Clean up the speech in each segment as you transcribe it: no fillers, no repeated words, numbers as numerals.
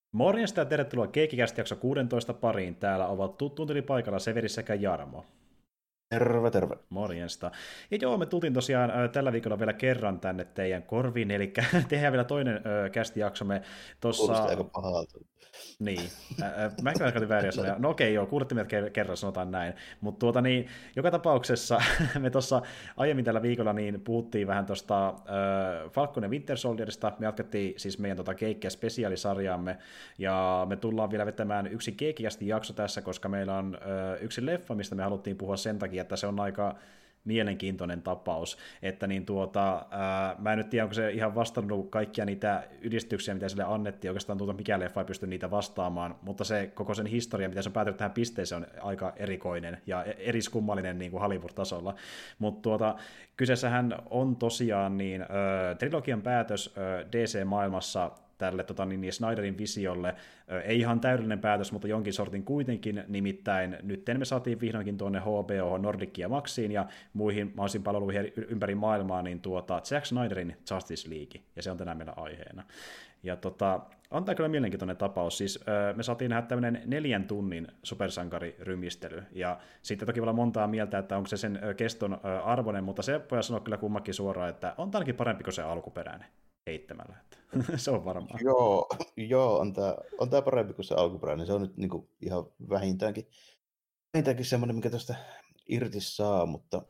Morjesta ja tervetuloa Keikikästi jakso 16 pariin. Täällä ovat tuttuun paikalla Severi sekä Jarmo. Terve, terve. Morjesta. Ja joo, me tultiin tosiaan tällä viikolla vielä kerran tänne teidän korviin, eli tehdään vielä toinen kästijaksomme Kuulosti tuossa. aika pahalta. Niin, mä käytin vääriä sanoja. No okei, joo, kuulitte meidät kerran, sanotaan näin. Mutta joka tapauksessa me tuossa aiemmin tällä viikolla niin puhuttiin vähän tuosta Falcon ja Winter Soldierista. Me jatkettiin siis meidän keikkiä spesiaalisarjaamme, ja me tullaan vielä vetämään yksi keikkiästi jakso tässä, koska meillä on yksi leffa, mistä me haluttiin puhua sen takia, että se on aika mielenkiintoinen tapaus, että mä en nyt tiedä, onko se ihan vastannut kaikkia niitä ylistyksiä, mitä sille annettiin, oikeastaan mikä leffa ei pysty niitä vastaamaan, mutta se koko sen historia, mitä se on päätynyt tähän pisteeseen, on aika erikoinen ja eriskummallinen niin kuin Hollywood-tasolla, mutta kyseessähän on tosiaan trilogian päätös DC-maailmassa tälle Snyderin visiolle. Ei ihan täydellinen päätös, mutta jonkin sortin kuitenkin, nimittäin nyt me saatiin vihdoinkin tuonne HBO, Nordicin ja Maxiin ja muihin mahdollisiin palveluihin ympäri maailmaa, Zack Snyderin Justice League, ja se on tänään meillä aiheena. Ja on tämä kyllä mielenkiintoinen tapaus. Siis me saatiin nähdä tämmöinen 4 tunnin supersankarirymistely, ja sitten toki voi olla montaa mieltä, että onko se sen keston arvoinen, mutta se voi sanoa kyllä kummakin suoraan, että on tämäkin parempi kuin se alkuperäinen heittämällä. Se on varmaan. Joo, on tää parempi kuin se alkuperäinen. Se on nyt niinku ihan vähintäänkin semmoinen, mikä tästä irti saa, mutta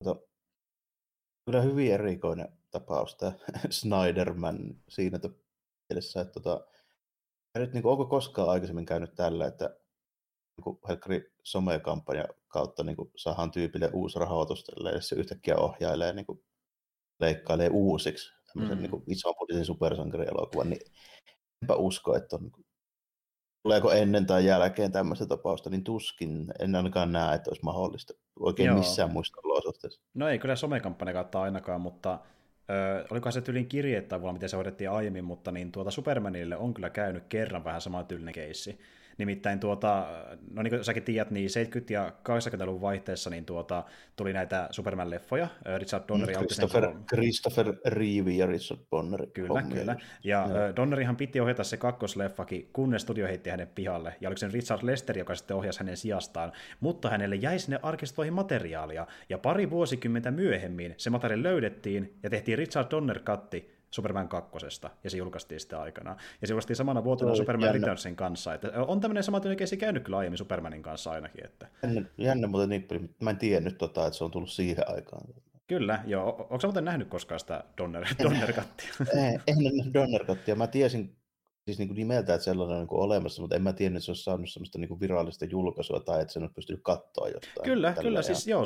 kyllä hyvin erikoinen tapaus tämä Snyderman siinä mielessä, että nyt niinku, onko koskaan aikaisemmin käynyt tällä, että niinku helkkari somekampanja kautta niinku saadaan tyypille uusi rahoitus, ja se yhtäkkiä ohjailee niinku leikkailee uusiksi tämmöisen niin ison budjetin supersankarielokuvan, niin enpä usko, että on, tuleeko ennen tai jälkeen tämmöistä tapausta, niin tuskin en ainakaan näe, että olisi mahdollista oikein missään muista olosuhteissa. No ei kyllä somekampanja kautta ainakaan, mutta olikohan se tyylin kirje tai miten se hoidettiin aiemmin, mutta Supermanille on kyllä käynyt kerran vähän sama tyylinen keissi. Nimittäin no niin kuin säkin tiedät, niin 70- ja 80-luvun vaihteessa tuli näitä Superman-leffoja. Richard Donner Christopher Reeve ja Richard Donner. Kyllä. Ja Donnerihan piti ohjata se kakkosleffakin, kunnes studio heitti hänen pihalle. Ja oliko se Richard Lester, joka sitten ohjasi hänen sijastaan. Mutta hänelle jäi sinne arkistoihin materiaalia. Ja pari vuosikymmentä myöhemmin se materiaali löydettiin ja tehtiin Richard Donner-katti Superman 2, ja se julkaistiin sitten aikanaan. Ja se julkaistiin samana vuotena Superman Returnsin kanssa. Että on tämmöinen samantyinen keissi käynyt kyllä aiemmin Supermanin kanssa ainakin. Että. Jännä muuten niin, mä en tiennyt, että se on tullut siihen aikaan. Kyllä, joo. Onko sä muuten nähnyt koskaan sitä Donner-kattia? En nähnyt Donner-kattia. Mä tiesin siis niin nimeltä, että sellainen on niin olemassa, mutta en mä tiennyt, että se olisi saanut sellaista niin virallista julkaisua tai että sen olisi pystynyt katsoa jotain. Kyllä, siis joo,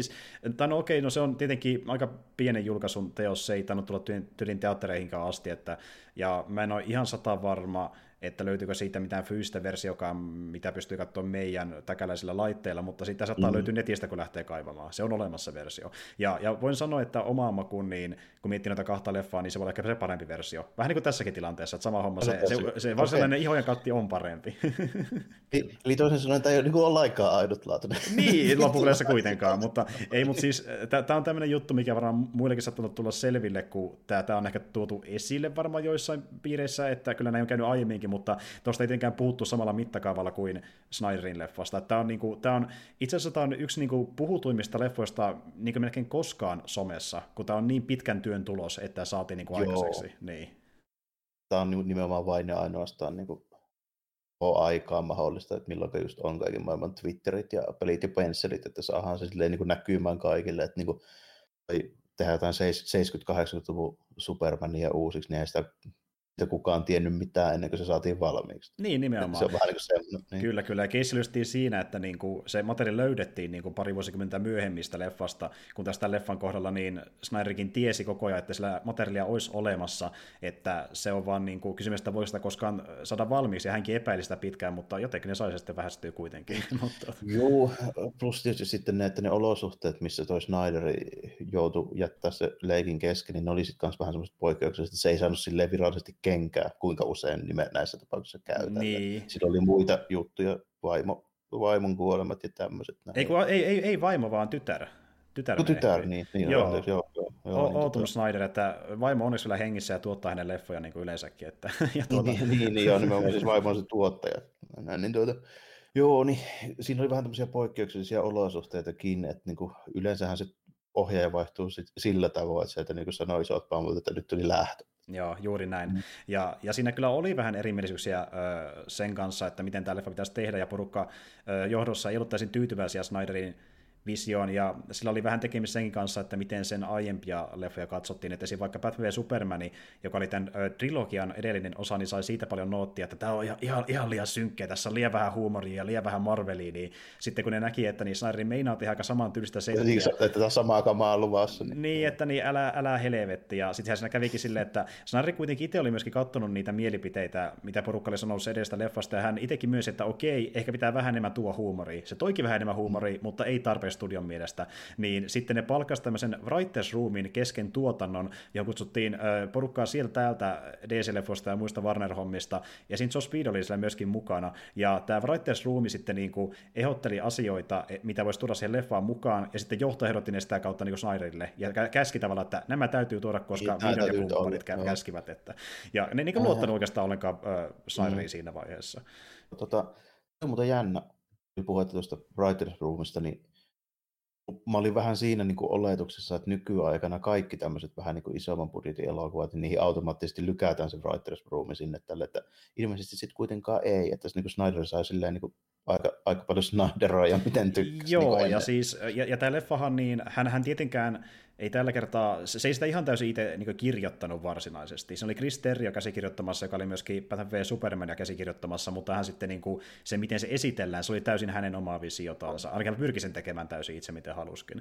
se on tietenkin aika pienen julkaisun teos, se ei tainnut tulla tyylin teattereihinkaan asti, ja mä en ole ihan varma, että löytyykö siitä mitään fyysistä versiokaan, mitä pystyy katsoa meidän täkäläisillä laitteilla, mutta siitä saattaa löytyä netistä, kun lähtee kaivamaan. Se on olemassa versio. Ja voin sanoa, että omaan makuun, kun miettii noita 2 leffaa, niin se voi olla ehkä se parempi versio. Vähän niin kuin tässäkin tilanteessa, että sama homma, se varsinainen ihojen katti on parempi. Eli toisin sanoen, tämä ei ole niin lainkaan ainutlaatuinen. Niin, loppupeleissä kuitenkaan, mutta siis tämä on tämmöinen juttu, mikä varmaan muillekin saattanut tulla selville, kun tämä on ehkä tuotu esille varmaan joissain piireissä, että kyllä näin on käynyt aiemminkin, mutta tuosta ei tietenkään puhuttu samalla mittakaavalla kuin Snyderin leffasta. Itse asiassa tämä on yksi puhutuimmista leffoista melkein koskaan somessa, kun tämä on niin pitkän työn tulos, että tämä saatiin aikaiseksi. Niin. Tämä on nimenomaan vain ja ainoastaan aikaan mahdollista, että milloin just on kaiken maailman Twitterit ja pelit ja pensselit, että saadaan se silleen näkymään kaikille, että tehdään jotain 70-80-luvun Supermania uusiksi, niin ei sitä kukaan tiennyt mitään ennen kuin se saatiin valmiiksi. Niin, nimenomaan. Se on vähän niin kuin semmoinen. Niin. Kyllä. Ja keissi löystiin siinä, että se materiaali löydettiin pari vuosikymmentä myöhemmistä leffasta, kun tästä leffan kohdalla niin Snyderkin tiesi koko ajan, että sillä materiaalia olisi olemassa, että se on vaan kysymys, että voiko sitä koskaan saada valmiiksi, ja hänkin epäili sitä pitkään, mutta jotenkin ne sai se sitten vähästyä kuitenkin. Joo, plus tietysti sitten ne olosuhteet, missä toi Snyder joutui jättää se leikin kesken, niin ne oli sitten myös vähän semmoiset poikkeukset, että se ei saanut silleen virallisesti kenkää, kuinka usein näissä tapauksissa käytetään. Niin. Siinä oli muita juttuja, vaimon kuolemat ja tämmöiset. Ei vaimo, vaan tytär. Tytär Tytär, menehtyi. niin Joo. joo, niin Autumn Snyder, että vaimo on onneksi vielä hengissä ja tuottaa hänen leffoja niin kuin yleensäkin. Että, ja niin, joo, nimenomaan siis vaimo on se tuottaja. Näin, niin joo, niin siinä oli vähän tämmöisiä poikkeuksellisia olosuhteitakin, että niin kuin, yleensähän se ohjaaja vaihtuu sillä tavoin, että sieltä niin kuin sanoi isot pammut, että nyt tuli lähtö. Joo, juuri näin. Ja siinä kyllä oli vähän erimielisyyksiä sen kanssa, että miten tämä leffa pitäisi tehdä, ja porukka johdossa ei ollut täysin tyytyväisiä Snyderin visioon, ja sillä oli vähän tekemistä senkin kanssa, että miten sen aiempia leffoja katsottiin, että esim. Vaikka Batman v Superman, joka oli tämän trilogian edellinen osa, niin sai siitä paljon noottia, että tämä on ihan liian synkkeä, tässä on liian vähän huumoria ja liian vähän Marvelia, niin sitten kun ne näki, että niin Snyderin meinaa tehdä aika saman tyylistä settiä. Niin, että tämä on samaa kamaa luvassa. Niin, että niin älä helvetti, ja sittenhän siinä kävikin silleen, että Snyder kuitenkin itse oli myöskin katsonut niitä mielipiteitä, mitä porukka oli sanonut edestä leffasta, ja hän itsekin myös, että okei, ehkä pitää vähän enemmän tuo huumoria. Se toikin vähän enemmän huumoria, mutta ei tarpeeksi studion mielestä, niin sitten ne palkkasi tämmöisen writers roomin kesken tuotannon, johon kutsuttiin porukkaa sieltä täältä DC-leffosta ja muista Warner-hommista, ja siinä Joss Whedon oli siellä myöskin mukana, ja tämä writers roomi sitten niin kuin ehdotteli asioita, mitä voisi tuoda siihen leffaan mukaan, ja sitten johto ehdotti ne sitä kautta niin kuin Snyderille, ja käski tavallaan, että nämä täytyy tuoda, koska Whedon ja kumppanit käskivät, että, ja ne niin kuin luottanut oikeastaan ollenkaan Snyderiin siinä vaiheessa. Se on muuten jännä, kun puhuit tuosta writers roomista, niin mä olin vähän siinä niin kuin oletuksessa, että nykyaikana kaikki tämmöiset vähän niin kuin isomman budjetin elokuvat, niin niihin automaattisesti lykätään se writers room sinne tälle, että ilmeisesti sitten kuitenkaan ei, että niin kuin Snyder sai silleen niin kuin aika paljon Snyderaa ja miten tykkäsi. Joo, niin ja siis, ja tämä leffahan, niin hän tietenkään ei tällä kertaa, se ei sitä ihan täysin itse niin kirjoittanut varsinaisesti. Se oli Chris Terrio käsikirjoittamassa, joka oli myöskin Batman v Supermania käsikirjoittamassa, mutta hän sitten niin kuin, se, miten se esitellään, se oli täysin hänen omaa visiotaansa. Ainakin hän pyrki sen tekemään täysin itse, miten haluskin.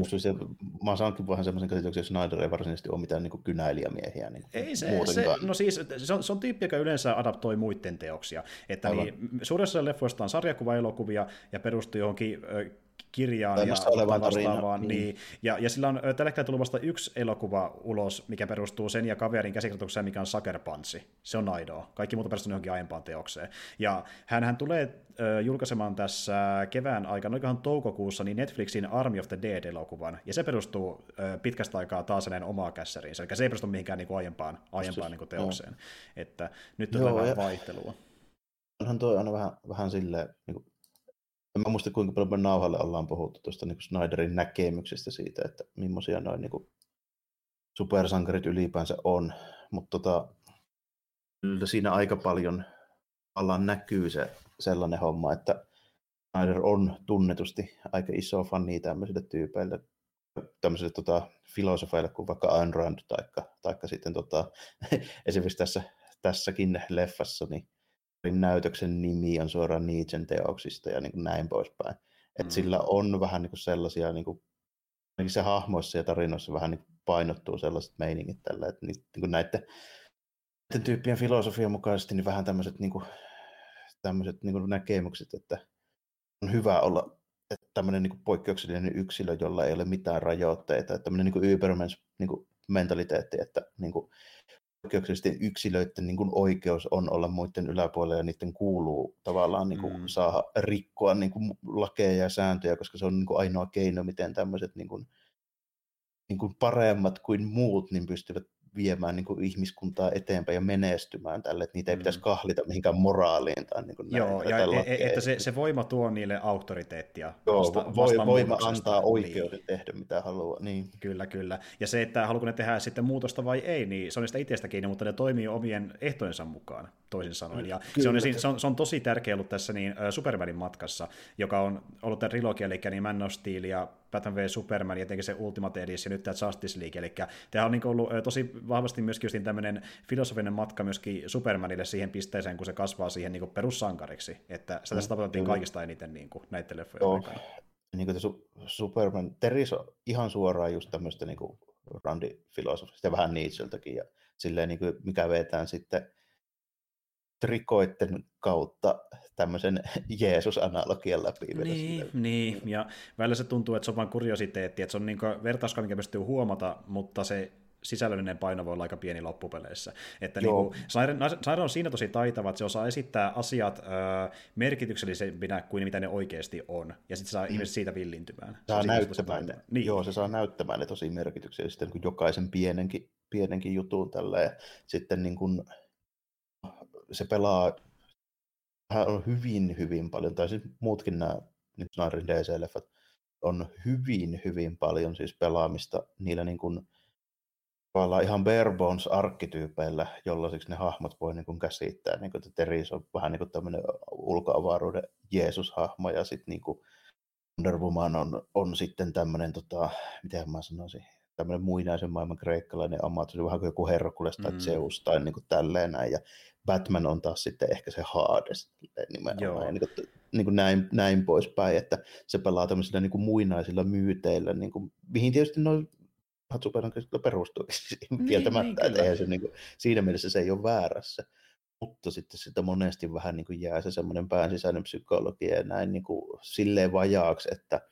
Mä saankin vähän semmoisen käsityksen, että Snyder ei varsinaisesti ole mitään niin kuin kynäilijämiehiä. Niin ei se no siis, se on tyyppi, joka yleensä adaptoi muiden teoksia. Että niin, suuressa leffoista on sarjakuvaelokuvia ja perustuu johonkin kirjaan ja vastaavaan. Niin. Ja sillä on tällä hetkellä tullut vasta yksi elokuva ulos, mikä perustuu sen ja kaverin käsikirjoitukseen, mikä on Sucker Punch. Se on ainoa. Kaikki muuta perustuu johonkin aiempaan teokseen. Ja hän tulee julkaisemaan tässä kevään aikana, oikein toukokuussa, niin Netflixin Army of the Dead-elokuvan. Ja se perustuu pitkästä aikaa taas hänen omaa kässäriinsä. Eli se ei perustu mihinkään niin kuin aiempaan niin kuin teokseen. Että nyt tulee vähän vaihtelua. Onhan toi aina vähän silleen, niin kuin en mä muista, kuinka paljon me nauhalle ollaan puhuttu tuosta niin Snyderin näkemyksistä siitä, että millaisia noin niin supersankarit ylipäänsä on, mutta kyllä siinä aika paljon näkyy se sellainen homma, että Snyder on tunnetusti aika iso fani tämmöisille tyypeille, tämmöisille filosofeille kuin vaikka Ayn Rand taikka sitten esimerkiksi tässäkin leffassa, niin näytöksen nimi on suoraan Nietzschen teoksista ja niin kuin näin poispäin. Että sillä on vähän niin kuin sellaisia, niin kuin se hahmoissa ja tarinoissa vähän niin painottuu sellaiset meiningit tällä, että niin kuin näiden tyyppien filosofian mukaisesti niin vähän tämmöiset niin kuin näkemykset, että on hyvä olla tämmöinen niin kuin poikkeuksellinen yksilö, jolla ei ole mitään rajoitteita, että tämmöinen niin kuin Übermans niin kuin mentaliteetti, että niin kuin poikkeuksellisten yksilöiden niin kuin oikeus on olla muiden yläpuolella ja niiden kuuluu tavallaan niin kuin saada rikkoa niin kuin lakeja ja sääntöjä, koska se on niin kuin ainoa keino, miten tämmöiset niin kuin paremmat kuin muut niin pystyvät viemään niin kuin ihmiskuntaa eteenpäin ja menestymään tälle, että niitä ei pitäisi kahlita mihinkään moraaliin. Tai niin kuin joo, ja että se voima tuo niille auktoriteettia. Joo, voima antaa oikeuden tehdä mitä haluaa. Niin. Kyllä. Ja se, että haluatko ne tehdä sitten muutosta vai ei, niin se on niistä itsestä kiinni, mutta ne toimii omien ehtojensa mukaan, toisin sanoen. Ja se on tosi tärkeä ollut tässä niin Supermanin matkassa, joka on ollut tämä trilogia, eli niin Man of Steel ja Batman v Superman, ja tietenkin se Ultimate Edition ja nyt tämä Justice League, eli tämä on niin ollut tosi vahvasti myöskin tämmöinen filosofinen matka myöskin Supermanille siihen pisteeseen, kun se kasvaa siihen niin perussankariksi, että se tässä tavoitettiin kaikista eniten niin kuin näiden leffojen aikana. Niin kuin Superman, Teris on ihan suoraan just tämmöistä niin kuin Randi-filosofista ja vähän Nietzscheltäkin, ja silleen niin kuin, mikä vetään sitten trikoitten kautta tämmöisen Jeesus-analogian läpi. Niin, ja välillä se tuntuu, että se on vain kuriositeetti, että se on niin vertauska, mikä pystyy huomata, mutta se sisällöllinen paino voi olla aika pieni loppupeleissä. Että niin kuin, Snyder on siinä tosi taitava, että se osaa esittää asiat merkityksellisempinä kuin mitä ne oikeasti on, ja sitten saa ihmiset siitä villintymään. Saa näyttämään, niin. Joo, se saa näyttämään ne tosi merkityksellisesti niin kuin jokaisen pienenkin jutun tällä, ja sitten niin kuin, se pelaa on hyvin paljon, tai siis muutkin nämä niin Snyderin DC-leffat on hyvin paljon siis pelaamista niillä niin kuin ihan bare bones -arkkityypeillä, jollaisiksi ne hahmot voi niin kuin käsittää. Niin kuin, että Teris on vähän niin kuin tämmöinen ulkoavaruuden Jeesus-hahmo, ja sitten niin kuin Wonder Woman on sitten tämmöinen, miten mä sanoisin, tämmöinen muinaisen maailman kreikkalainen Amazon, vähän kuin joku Herkules tai Zeus tai niin kuin tälleen näin, ja Batman on taas sitten ehkä se Hades nimenomaan, ja niin kuin näin poispäin, että se pelaa tämmöisillä niin kuin muinaisilla myyteillä, niin kuin, mihin tietysti noin supersankarisilla perustuu kieltämättä, että eihän se, niin kuin, siinä mielessä se ei ole väärässä, mutta sitten sitä monesti vähän niin kuin jää se semmoinen pään sisäinen psykologia ja näin niin kuin silleen vajaaksi, että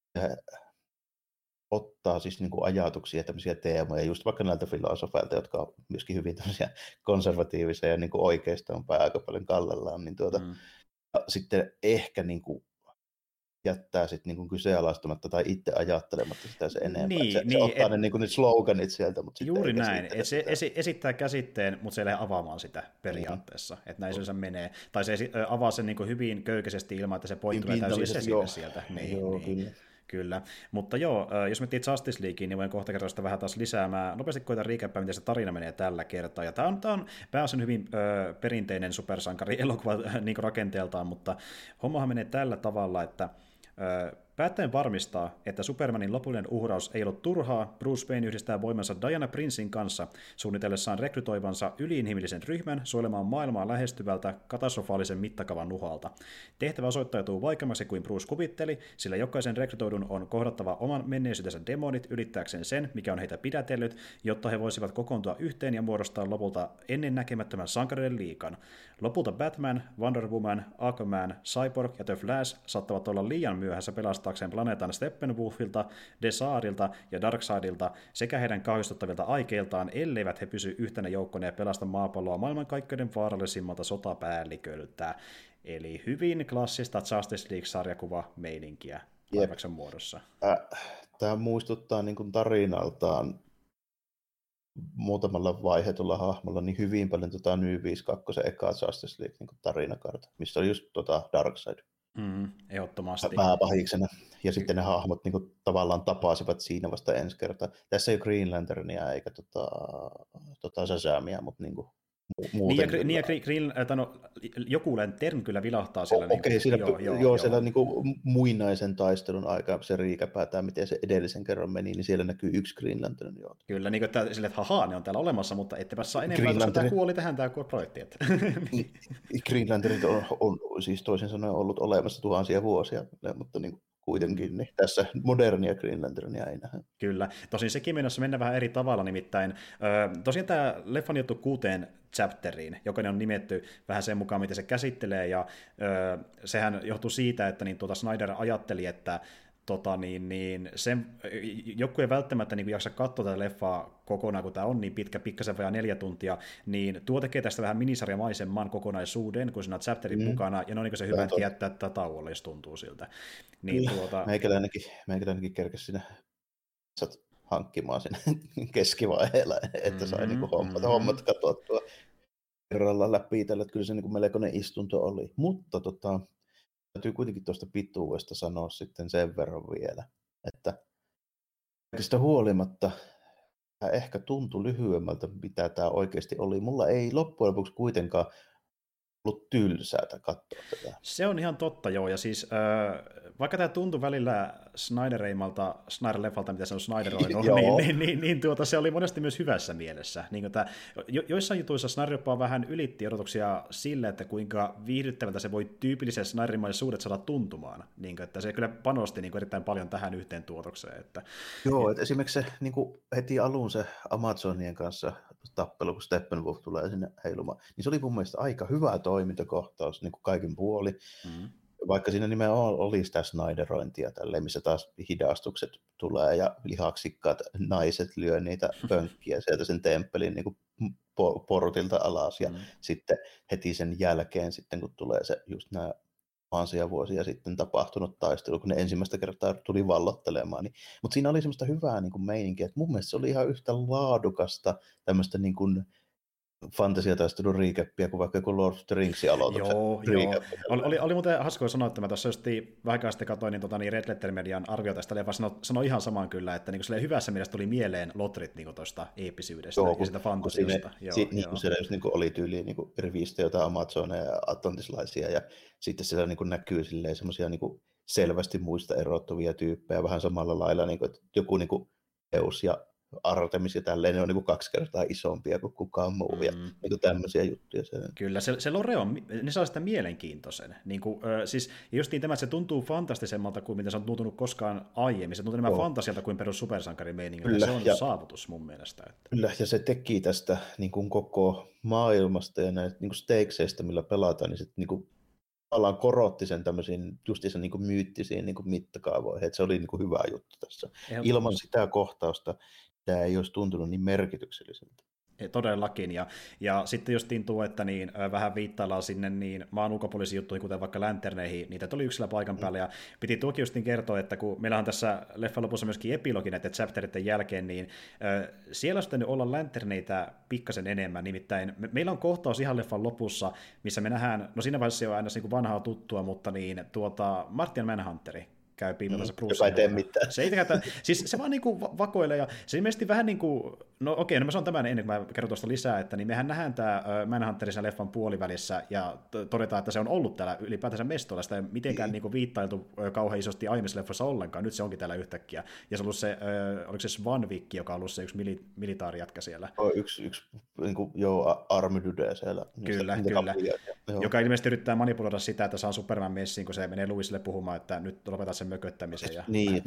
ottaa siis niin kuin ajatuksia ja tämmöisiä teemoja, just vaikka näiltä filosofeilta, jotka on myöskin hyvin tämmöisiä konservatiivisia ja niin kuin oikeastaan aika paljon kallellaan, niin sitten ehkä niin kuin jättää sitten niin kyseenalaistamatta tai itse ajattelematta sitä se enemmän. Se ottaa ne sloganit sieltä, mutta juuri näin, että se esittää käsitteen, mutta se ei lähde avaamaan sitä periaatteessa, että näin se menee. Tai se avaa sen niin hyvin köykäisesti ilman, että se pointtulee täysin esille sieltä. Kyllä, mutta jos miettii Justice Leaguea, niin voin kohta kertoa sitä vähän taas lisää. Mä nopeasti koitan riikäppää, miten se tarina menee tällä kertaa. Ja tämä on pääosin hyvin perinteinen supersankari-elokuva niin rakenteeltaan, mutta hommahan menee tällä tavalla, että päättäen varmistaa, että Supermanin lopullinen uhraus ei ollut turhaa, Bruce Wayne yhdistää voimansa Diana Princein kanssa suunnitellessaan rekrytoivansa yliinhimillisen ryhmän suojelemaan maailmaa lähestyvältä katastrofaalisen mittakaavan uhalta. Tehtävä osoittautuu vaikeammaksi kuin Bruce kuvitteli, sillä jokaisen rekrytoidun on kohdattava oman menneisyytensä demonit ylittääkseen sen, mikä on heitä pidätellyt, jotta he voisivat kokoontua yhteen ja muodostaa lopulta ennennäkemättömän sankareiden liigan. Lopulta Batman, Wonder Woman, Aquaman, Cyborg ja The Flash saattavat olla liian myöhässä pelastaakseen planeetan Steppenwolfilta, Desaarilta ja Darkseidilta sekä heidän kauhistuttavilta aikeiltaan, elleivät he pysy yhtenä joukkona ja pelasta maapalloa maailmankaikkeuden vaarallisimmalta sotapäälliköltä. Eli hyvin klassista Justice League-sarjakuva-meininkiä laivaksen muodossa. Tämä muistuttaa niin kuin tarinaltaan muutamalla vaiheetulla hahmolla niin hyvin paljon New 52 eka Justice League niin tarinakarta, missä oli just Darkseid. Ehdottomasti. Pääpahiksena. Ja sitten ne hahmot niin kuin, tavallaan tapasivat siinä vasta ensi kertaa. Tässä ei ole Green Lanternia eikä Shazamia, mutta niin kuin, muuten. Joku Lantern kyllä vilahtaa siellä. Okei, siellä niin kuin, muinaisen taistelun aikaa, kun se riikäpäätään, miten se edellisen kerran meni, niin siellä näkyy yksi Green Lantern. Kyllä, niin kuin, että hahaa, ne on täällä olemassa, mutta ettepä saa enempää, koska tämä kuoli tähän tämä projekti. Green Lanternit on siis toisin sanoen ollut olemassa tuhansia vuosia, mutta niin kuitenkin niin tässä modernia Green Lanternia ei nähdä. Kyllä. Tosin sekin mennä vähän eri tavalla, nimittäin tosiaan tämä leffan juttu 6 chapteriin, jokainen on nimetty vähän sen mukaan, miten se käsittelee, ja sehän johtuu siitä, että Snyder ajatteli, että joku ei välttämättä jaksa katsoa tätä leffaa kokonaan, kun tämä on niin pitkä, pikkasen vajaa 4 tuntia, niin tuo tekee tästä vähän minisarjamaisemman kokonaisuuden, kun siinä on chapterin mukana, ja ne on se hyvä, että jättää tätä tauolle, jos tuntuu siltä. Niin, meikäläinenkin kerkesi siinä hankkimaan sinne keskivaiheella, että sai hommat katsottua kerrallaan läpi tällä, että kyllä se melkoinen istunto oli. Mutta täytyy kuitenkin tuosta pituudesta sanoa sitten sen verran vielä, että kaikista huolimatta tämä ehkä tuntui lyhyemmältä, mitä tämä oikeasti oli. Mulla ei loppujen lopuksi kuitenkaan ollut tylsäätä katsoa tätä. Se on ihan totta, joo. Ja siis vaikka tämä tuntui välillä Snyder-leffalta, mitä se on Snyderoinut, niin se oli monesti myös hyvässä mielessä. Niin, joissain jutuissa Snyder jopa vähän ylitti odotuksia sille, että kuinka viihdyttävältä se voi tyypilliset Snyderimaiset saada tuntumaan. Niin, että se kyllä panosti erittäin paljon tähän yhteen tuotokseen. Joo, että esimerkiksi se heti alun se Amazonien kanssa tappelu, kun Steppenwolf tulee sinne heilumaan, niin se oli mun mielestä aika hyvä toimintakohtaus niin kuin kaikin puoli. vaikka siinä nimenomaan oli sitä Snyderointia tälleen, missä taas hidastukset tulee ja lihaksikkaat naiset lyö niitä pönkkiä sieltä sen temppelin niin kuin portilta alas ja sitten heti sen jälkeen sitten kun tulee se just nämä tuhansia vuosia sitten tapahtunut taistelu, kun ne ensimmäistä kertaa tuli vallottelemaan. Niin, mutta siinä oli semmoista hyvää niin kuin meininkiä, että mun mielestä se oli ihan yhtä laadukasta tämmöistä niin kuin fantasiataistelun recapia kuin vaikka joku Lord of the Ringsin aloituksen. Joo. Oli muuten hauska sanoa, että mä tuossa just vähän aikaa sitten katsoin niin Red Letter Median arvio tästä leffasta, sanoi ihan saman kyllä, että niin hyvässä mielessä tuli mieleen Lotrit niin tuosta eeppisyydestä ja sitä fantasiasta. Niin siellä just niin oli tyyliin niin rivistä jotain Amazoneja ja atlantislaisia ja sitten siellä niin näkyy semmoisia niin selvästi muista erottuvia tyyppejä vähän samalla lailla, niin kuin, että joku niin Zeus ja Artemis ja tälleen, ne on niin 2 kertaa isompia kuin kukaan muu ja niin tämmöisiä juttuja. Kyllä, se lore on, ne saa sitä mielenkiintoisen. Niin kuin, siis justiin tämä, että se tuntuu fantastisemmalta kuin mitä se on tuntunut koskaan aiemmin. Se tuntuu enemmän fantasialta kuin perus supersankarimeiningiltä. Se on saavutus mun mielestä. Että. Kyllä, ja se teki tästä niin kuin koko maailmasta ja näistä niin stakeseista, millä pelataan, niin se niin kuin ollaan korotti sen tämmöisiin justiinsa niin kuin myyttisiin niin kuin mittakaavoihin. Että se oli niin kuin hyvä juttu tässä. Ilman sitä kohtausta tämä ei olisi tuntunut niin merkitykselliseltä. Todellakin, ja sitten justiin tuo, että niin, vähän viittaillaan sinne niin maan ulkopuolisiin juttuihin, kuten vaikka länterneihin, niitä tuli yksilö paikan päällä, ja piti tuokin justiin kertoa, että kun meillä on tässä leffan lopussa myöskin epilogi näiden chapteritten jälkeen, niin siellä olisi pitänyt olla länterneitä pikkasen enemmän, nimittäin meillä on kohtaus ihan leffan lopussa, missä me nähdään, no siinä vaiheessa se on aina niin kuin vanhaa tuttua, mutta niin Martian Manhunteri käy piilossa Bruce. Joka ei tee mitään. Siis se vaan niinku vakoilee, ja se ilmeisesti vähän niin kuin, no okei, no mä sanon tämän ennen kuin mä kerron tuosta lisää, että niin mehän nähdään tämä Manhunterissa leffan puolivälissä, ja todetaan, että se on ollut täällä ylipäätänsä mestolla, sitä ei mitenkään niinku viittailtu kauhean isosti aiemmissa leffoissa ollenkaan, nyt se onkin täällä yhtäkkiä, ja se on ollut se, oliko se Svanvik, joka on ollut se yksi militaarijätkä siellä. Yksi niin kuin, Army-dude siellä. Kyllä, joka ilmeisesti yrittää manipuloida sitä, että saa Superman messiin, kun se menee Louisille puhumaan, että nyt lopetaan sen mököttämisen. Ja, niin.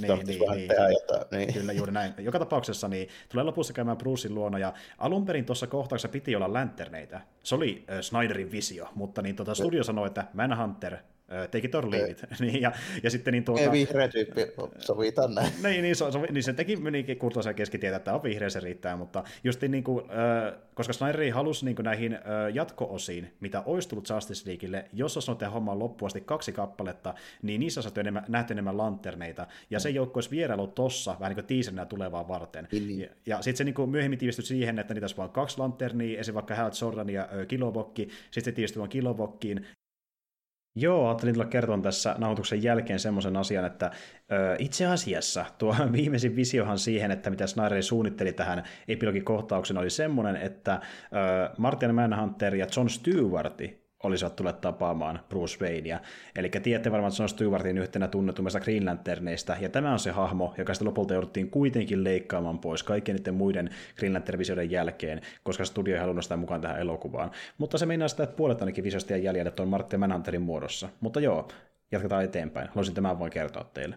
Kyllä, juuri näin. Joka tapauksessa niin tulee lopussa käymään Brucein luona, ja alun perin tuossa kohtauksessa piti olla länterneitä. Se oli Snyderin visio, mutta niin, studio sanoi, että Manhunter, take it or leave it. ja sitten niin ei vihreä tyyppi, sovitaan näin. niin se teki menikin Kurtosen keskitietä, että on vihreä, se riittää, mutta just niin kuin, koska Snyder halusi niin kuin näihin jatko-osiin, mitä olisi tullut Justice Leaguelle, jos olisi tehdä hommaan loppuun asti 2 kappaletta, niin niissä olisi nähty enemmän lanterneita, ja se joukko olisi vierailu tossa, vähän niin kuin teaserinä tulevaa varten. Ja sitten se niin kuin myöhemmin tiivistyi siihen, että niitä olisi vain 2 lanternia, esim. Vaikka Hal Jordan ja Kilowoggi, sitten se tiivistyi vain Kilowoggiin. Joo, ajattelin tulla kertomaan tässä nauhoituksen jälkeen semmoisen asian, että itse asiassa tuo viimeisin visiohan siihen, että mitä Snyder suunnitteli tähän epilogikohtaukseen, oli semmoinen, että Martian Manhunter ja John Stewart olisivat tulleet tapaamaan Bruce Wayneä. Eli tiedätte varmaan John Stewartin yhtenä tunnetummista Green Lanterneista, ja tämä on se hahmo, joka sitten lopulta jouduttiin kuitenkin leikkaamaan pois kaikkien niiden muiden Green Lantern-visioiden jälkeen, koska studio ei halunnut sitä mukaan tähän elokuvaan. Mutta se meinaa sitä, että puolet ainakin visiosta jäi jäljellä tuon Martin Manhunterin muodossa. Mutta joo, jatketaan eteenpäin. Haluaisin tämän voin kertoa teille.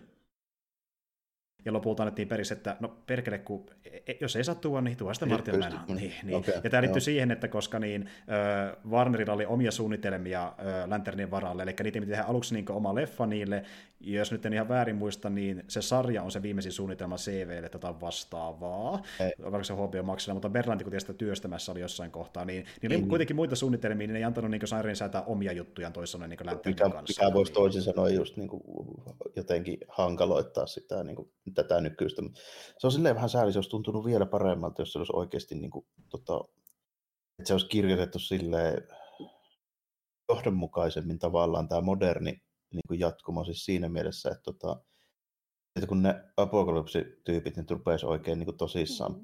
Ja lopulta annettiin periksi, että no perkele, kun jos ei saa tuoda, niin tuo sitä Martin Manhunter. Niin. Okay, ja tämä liittyy siihen, että koska niin, Warnerilla oli omia suunnitelmia Lanternien varalle, eli niitä piti tehdä aluksi niin oma leffa niille, ja jos nyt en ihan väärin muista, niin se sarja on se viimeisin suunnitelma CVlle tätä vastaavaa, vaikka se HBO Maxilla, mutta Berlanti, kun sitä työstämässä oli jossain kohtaa, niin oli kuitenkin muita suunnitelmia, niin ei antanut niin Snyderin säätää omia juttujaan toisaalta niin Lanternin kanssa. Mikä voisi toisin sanoa just niin kuin, jotenkin hankaloittaa sitä niin kuin, tätä nykyistä. Se on silleen vähän sääli, se olisi tuntunut vielä paremmalta, jos se olisi oikeasti, niin kuin, että se olisi kirjoitettu silleen johdonmukaisemmin tavallaan tämä moderni niin kuin jatkuma siis siinä mielessä, että kun ne apokalypsityypit nyt rupesi oikein niin kuin tosissaan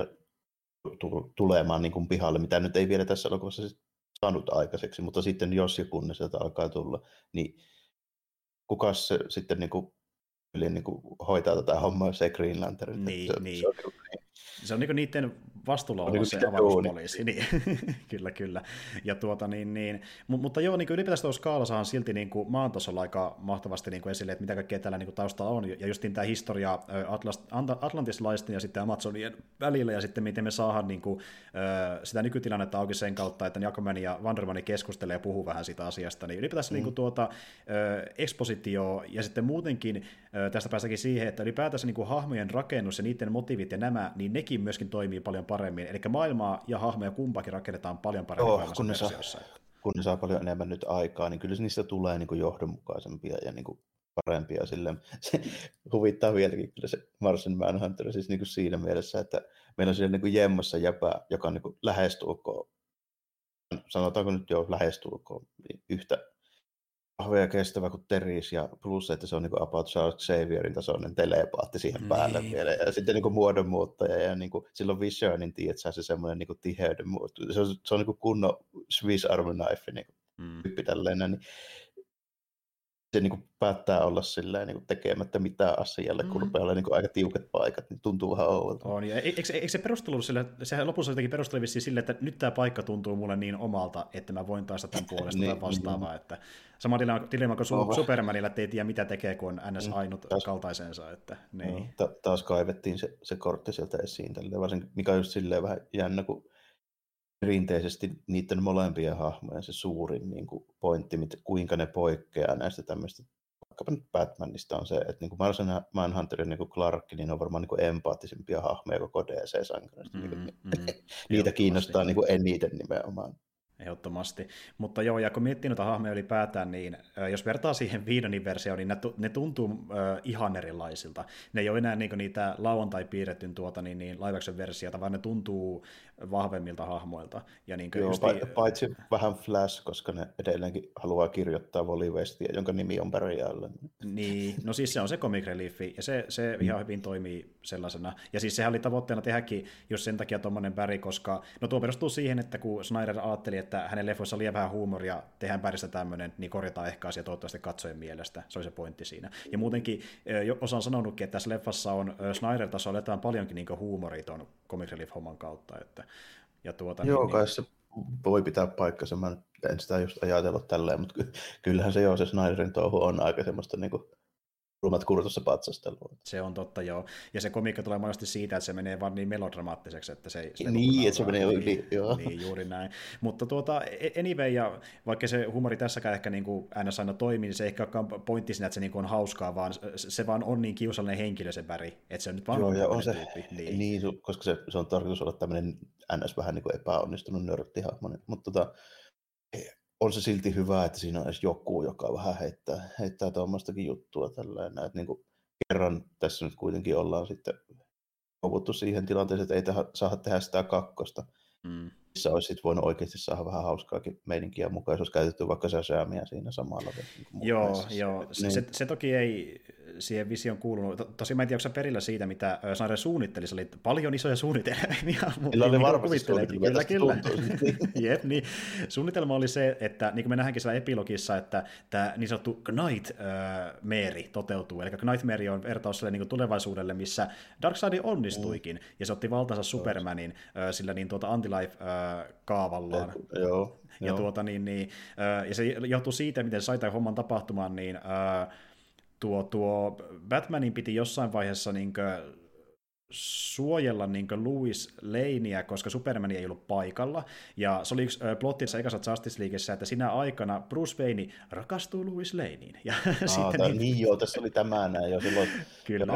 tulemaan niin kuin pihalle, mitä nyt ei vielä tässä elokuvassa saanut aikaiseksi, mutta sitten jos ja kun ne sieltä alkaa tulla, niin kukas se sitten niin kuin hoitaa tätä hommaa, se Green Lantern. Se on niin niiden vastuulla olla niin se kuin avaruuspoliisi. Niin. Kyllä, kyllä. Ja mutta joo, niin ylipäätään tuossa skaalassahan silti niin kuin maan tasolla aika mahtavasti niin kuin esille, että mitä kaikkea tällä niin kuin taustalla on. Ja justiin tämä historia atlantislaisten ja sitten Amazonien välillä, ja sitten miten me saadaan niin kuin, sitä nykytilannetta auki sen kautta, että Jackman ja Vanderman keskustelee ja puhuu vähän siitä asiasta. Niin ylipäätään niin kuin ekspositio ja sitten muutenkin tästä päästäkin siihen, että ylipäätänsä niin kuin hahmojen rakennus ja niiden motiivit ja nämä, niin nekin myöskin toimii paljon paremmin. Eli maailmaa ja hahmoja kumpaakin rakennetaan paljon paremmin versiossa. Kun ne saa paljon enemmän nyt aikaa, niin kyllä niistä tulee niin kuin johdonmukaisempia ja niin kuin parempia. Silleen. Se huvittaa vieläkin kyllä se Martian Manhunter siis niin kuin siinä mielessä, että meillä on siellä niin kuin jemmassa jäpä, joka on niin kuin lähestulkoon, sanotaanko nyt jo lähestulkoon, yhtä vahva ja kestävä kuin Teris, ja plus, että se on niin about Charles Xavierin tasoinen telepaatti siihen päälle vielä, ja sitten niin muodonmuuttaja, ja niin sillä on Vision, niin tiedät, se semmoinen niin tiheyden muoto. Se on niin kunnon Swiss Army Knife niin tyyppi tälleen, niin se niin päättää olla silleen, niin tekemättä mitään asialle, kun rupeaa olla niin aika tiukat paikat, niin tuntuu vähän oudolta. On, ja eikö se perustelu sille, sehän lopussa jotenkin perusteli vissiin sille, että nyt tämä paikka tuntuu mulle niin omalta, että mä voin taistaa tämän puolesta tai vastaavaa, että sama dilemma kuin Supermanilla, että ei tiedä mitä tekee, kun on ns. Ainut kaltaisensa. Että, niin. Taas kaivettiin se kortti sieltä esiin, varsinkin, mikä on just silleen vähän jännä, kun perinteisesti niiden molempien hahmojen se suurin niin kuin pointti, kuinka ne poikkeaa näistä tämmöistä, vaikkapa nyt Batmanista on se, että niin kuin Martian Manhunter ja niin kuin Clark, niin on varmaan niin kuin empaattisimpia hahmoja koko DC-sankarista. Niitä kiinnostaa niin kuin eniten nimenomaan. Ehdottomasti. Mutta joo, ja kun miettii noita hahmoja ylipäätään, niin jos vertaa siihen Whedonin versioon, niin ne tuntuu ihan erilaisilta. Ne ei ole enää niitä lauantai piirrettyn live action versiota, vaan ne tuntuu vahvemmilta hahmoilta. Ja joo, paitsi vähän Flash, koska ne edelleenkin haluaa kirjoittaa Wally Westia, jonka nimi on Barry Allen. Niin, no siis se on se comic reliefi, ja se ihan hyvin toimii sellaisena. Ja siis sehän oli tavoitteena tehdäkin just sen takia tuommoinen Barry, koska no tuo perustuu siihen, että kun Snyder ajatteli, että hänen leffoissa on liian vähän huumoria, tehdään Barrystä tämmöinen, niin korjataan ehkä asia toivottavasti katsojen mielestä. Se oli se pointti siinä. Ja muutenkin osaan sanonutkin, että tässä leffassa on Snyder-tasolla jotain paljonkin niin huumoria tuon comic relief-homman kautta. Joo, kai se voi pitää paikkansa. Mä en sitä just ajatellut tälleen, mutta kyllähän se se Snyderin touhu on aika semmoista niinku kulmat kurtussa patsastelua. Se on totta, joo. Ja se komiikka tulee monesti siitä, että se menee vaan niin melodramaattiseksi, että se niin, että se menee yli, joo. Niin, juuri näin. Mutta anyway, ja vaikka se humori tässäkään ehkä niin kuin ns. Aina toimii, niin se ei ehkä olekaan pointti siinä, että se niin kuin on hauskaa, vaan se vaan on niin kiusallinen henkilö se Barry, että se on nyt vaan tyyppi. Niin, koska se on tarkoitus olla tämmöinen ns. Vähän niin kuin epäonnistunut nörttihahmo, mutta on se silti hyvä, että siinä on edes joku, joka vähän heittää tuommoistakin juttua tällainen. Että niin kuin kerran tässä nyt kuitenkin ollaan sitten kovuttu siihen tilanteeseen, että ei saada tehdä sitä kakkosta. Missä olisi sitten voinut oikeasti saada vähän hauskaakin meininkiä mukaan, jos olisi käytetty vaikka Shazamia siinä samalla. Joo. Niin. Se toki ei siihen visioon kuulunut. Tosi mä en tiedä, onko sä perillä siitä, mitä Snyder suunnitteli. Se oli paljon isoja suunnitelmia. Sillä oli varmasti suunnitelmia. Kyllä. Jep, niin. Suunnitelma oli se, että niin kuin me nähdäänkin siellä epilogissa, että tämä niin sanottu Nightmare toteutuu. Eli Nightmare on vertaus sille niin tulevaisuudelle, missä Darkseid onnistuikin, ja se otti valtansa Supermanin sillä niin anti-life-kaavallaan. Joo. Ja se johtuu siitä, miten sai tämän homman tapahtumaan, niin tuo Batmanin piti jossain vaiheessa suojella Louis Laneä, koska Superman ei ollut paikalla. Ja se oli yksi plotti tässä ekassa Justice Leaguessa, että sinä aikana Bruce Wayne rakastuu Louis Laneen. Ja tässä oli tämä näin jo silloin. Kyllä.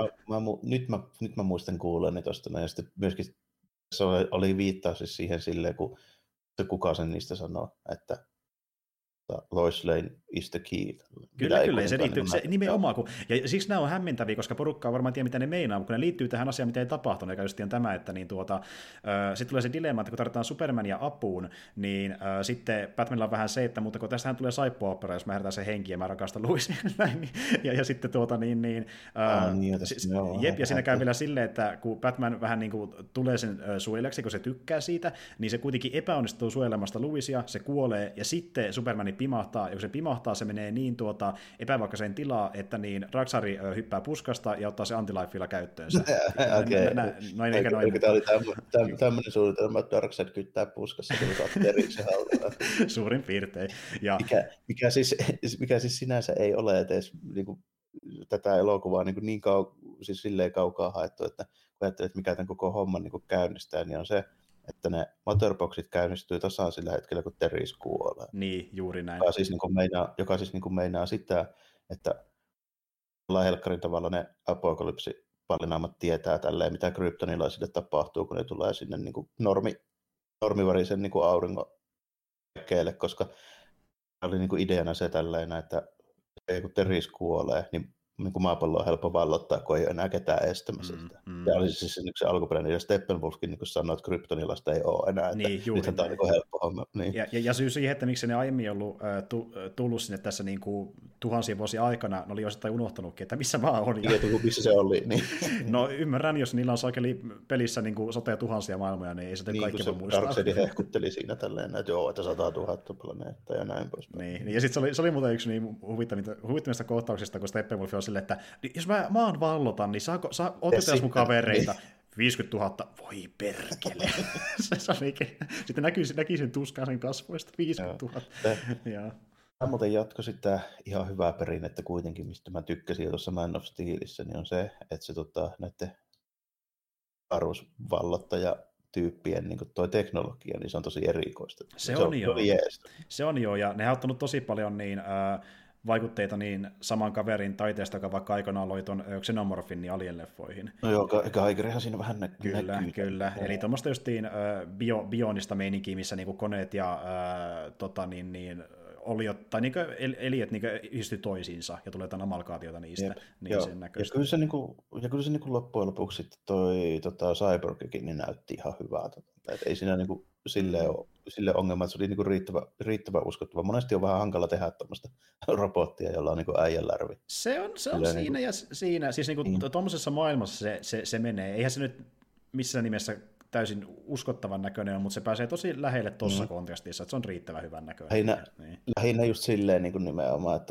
Nyt mä muistan kuulleni tuosta, ja sitten myöskin se oli viittaus siis siihen silleen, kun kuka sen niistä sanoo, että Lois Lane is the key. Kyllä, ja se liittyy nimenomaan. Ja siksi nämä on hämmentäviä, koska porukka on varmaan tiedä, mitä ne meinaa, mutta kun ne liittyy tähän asiaan, mitä ei tapahtunut, eikä just tämä, että sitten tulee se dilemma, että kun tarvitaan Supermania apuun, niin sitten Batmanilla on vähän se, että mutta kun tästähän tulee saippua-opera, jos mä herätän sen henkiä, ja mä rakastan Louisia. ja sitten ja siinä käy vielä silleen, että kun Batman vähän niin kuin tulee sen suojeleksi, kun se tykkää siitä, niin se kuitenkin epäonnistuu suojelemasta Louisia, se kuolee, ja sitten Supermanin pimahtaa, ja kun se pimahtaa, se menee niin epävakaiseen tilaan, että niin Raksari hyppää puskasta ja ottaa se antilifeilla käyttöönsä. Okei. Noin eikä noin. Tämä oli tämmöinen suunnitelma, että Darkseid kyttää puskassa, kun saatte Teriksen haltuun. Suurin piirtein. Ja... Mikä siis sinänsä ei ole edes niin kuin, tätä elokuvaa siis silleen kaukaa haettu, että kun ajattelet, mikä tämän koko homman niin kuin käynnistää, niin on se, että ne Motherboxit käynnistyy tasan sillä hetkellä, kun Teris kuolee. Niin, juuri näin. Joka siis meinaa sitä, että helkkarin tavalla ne apokalypsipallinaamat tietää tälleen, mitä kryptonilaisille tapahtuu, kun ne tulee sinne niin kuin normivarisen niin kuin auringon keelle, koska oli niin kuin ideana se tälleen, että kun Teris kuolee, niin maapallo on helppo vallottaa, kun ei ole enää ketään estämässä sitä. Ja oli siis se alkuperäinen, ja Steppenwolfkin niin sanoi, että kryptonilaista ei ole enää, että niin, nythän tämä on niin helppo homma. Niin. Ja syy siihen, että miksi ne aiemmin ollut tullut sinne tässä niin kuin tuhansien vuosien aikana, ne oli osittain unohtanutkin, että missä maa on. Ja missä se oli. Niin. No ymmärrän, jos niillä on saakeli pelissä niin kuin soteja tuhansia maailmoja, niin ei se niin, kaikki voi muistaa. Darkseid hehkutteli siinä tälleen, että joo, että 100 000 planeettaa ja näin pois. Niin, ja sitten se oli muuten yksi niin huvittamista kohtauksista, kun Steppenwolf on silleen, että jos mä maan vallotan, niin otetaan mun kavereita. 50 000, voi perkele. Sitten näki sen tuskaa sen kasvoista, 50 000. Tämä muuten jatko sitä ihan hyvää perinnettä kuitenkin, mistä mä tykkäsin jo tuossa Man of Steelissä, niin on se, että se näiden arvosvallottajatyyppien niin toi teknologia, niin se on tosi erikoista. Se on joo, ja ne on ottanut tosi paljon vaikutteita niin saman kaverin taiteesta, joka vaikka aikanaan loi ton Xenomorphin niin Alien-leffoihin. No joo, Geigerhan siinä vähän näkyy. Kyllä. Eli tuommoista justiin bionista meininkiä, missä niinku koneet ja oliot, tai niinku eliöt niinku yhdistyy toisiinsa, ja tulee jotain amalkaatiota niistä. Niin sen näköistä. Ja kyllä se loppujen lopuksi sitten toi Cyborgikin niin näytti ihan hyvältä. Ei siinä sille ongelma, että se oli riittävän uskottava. Monesti on vähän hankala tehdä tuommoista robottia, jolla on äijänlärvi. Se on siinä ja siinä. Siis tuommoisessa maailmassa se menee. Eihän se nyt missään nimessä täysin uskottavan näköinen, mutta se pääsee tosi lähelle tuossa kontekstissa, että se on riittävän hyvän näköinen. Lähinnä just silleen niin nimenomaan, että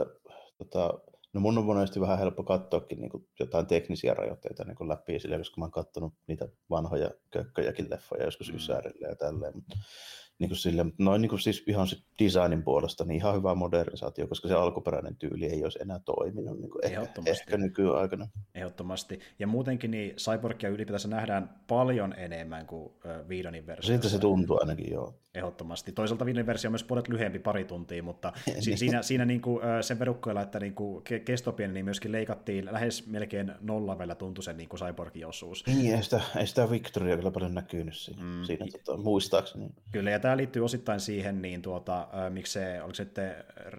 no mun on monesti vähän helppo katsoakin niin jotain teknisiä rajoitteita niin läpi silleen, koska mä oon katsonut niitä vanhoja kökköjäkin leffoja joskus Ysärille ja tälleen. Niin noin niin siis ihan sit designin puolesta niin ihan hyvä modernisaatio, koska se alkuperäinen tyyli ei olisi enää toiminut niin ehkä nykyaikana. Ehdottomasti. Ja muutenkin niin Cyborgia ylipäätänsä nähdään paljon enemmän kuin Whedonin versiossa. Siltä se tuntuu ainakin, joo. Ehdottomasti. Toisaalta Whedonin versio on myös puolet lyhyempi, pari tuntia, mutta siinä niin kuin, sen verukkoilla, että niin kuin kesto pieni, niin myöskin leikattiin lähes melkein nolla vielä tuntui sen niin kuin Cyborgin osuus. Niin, ei sitä Victoria kyllä paljon näkynyt siinä muistaakseni. Kyllä, ja tämä liittyy osittain siihen, niin miksi se, oliko se sitten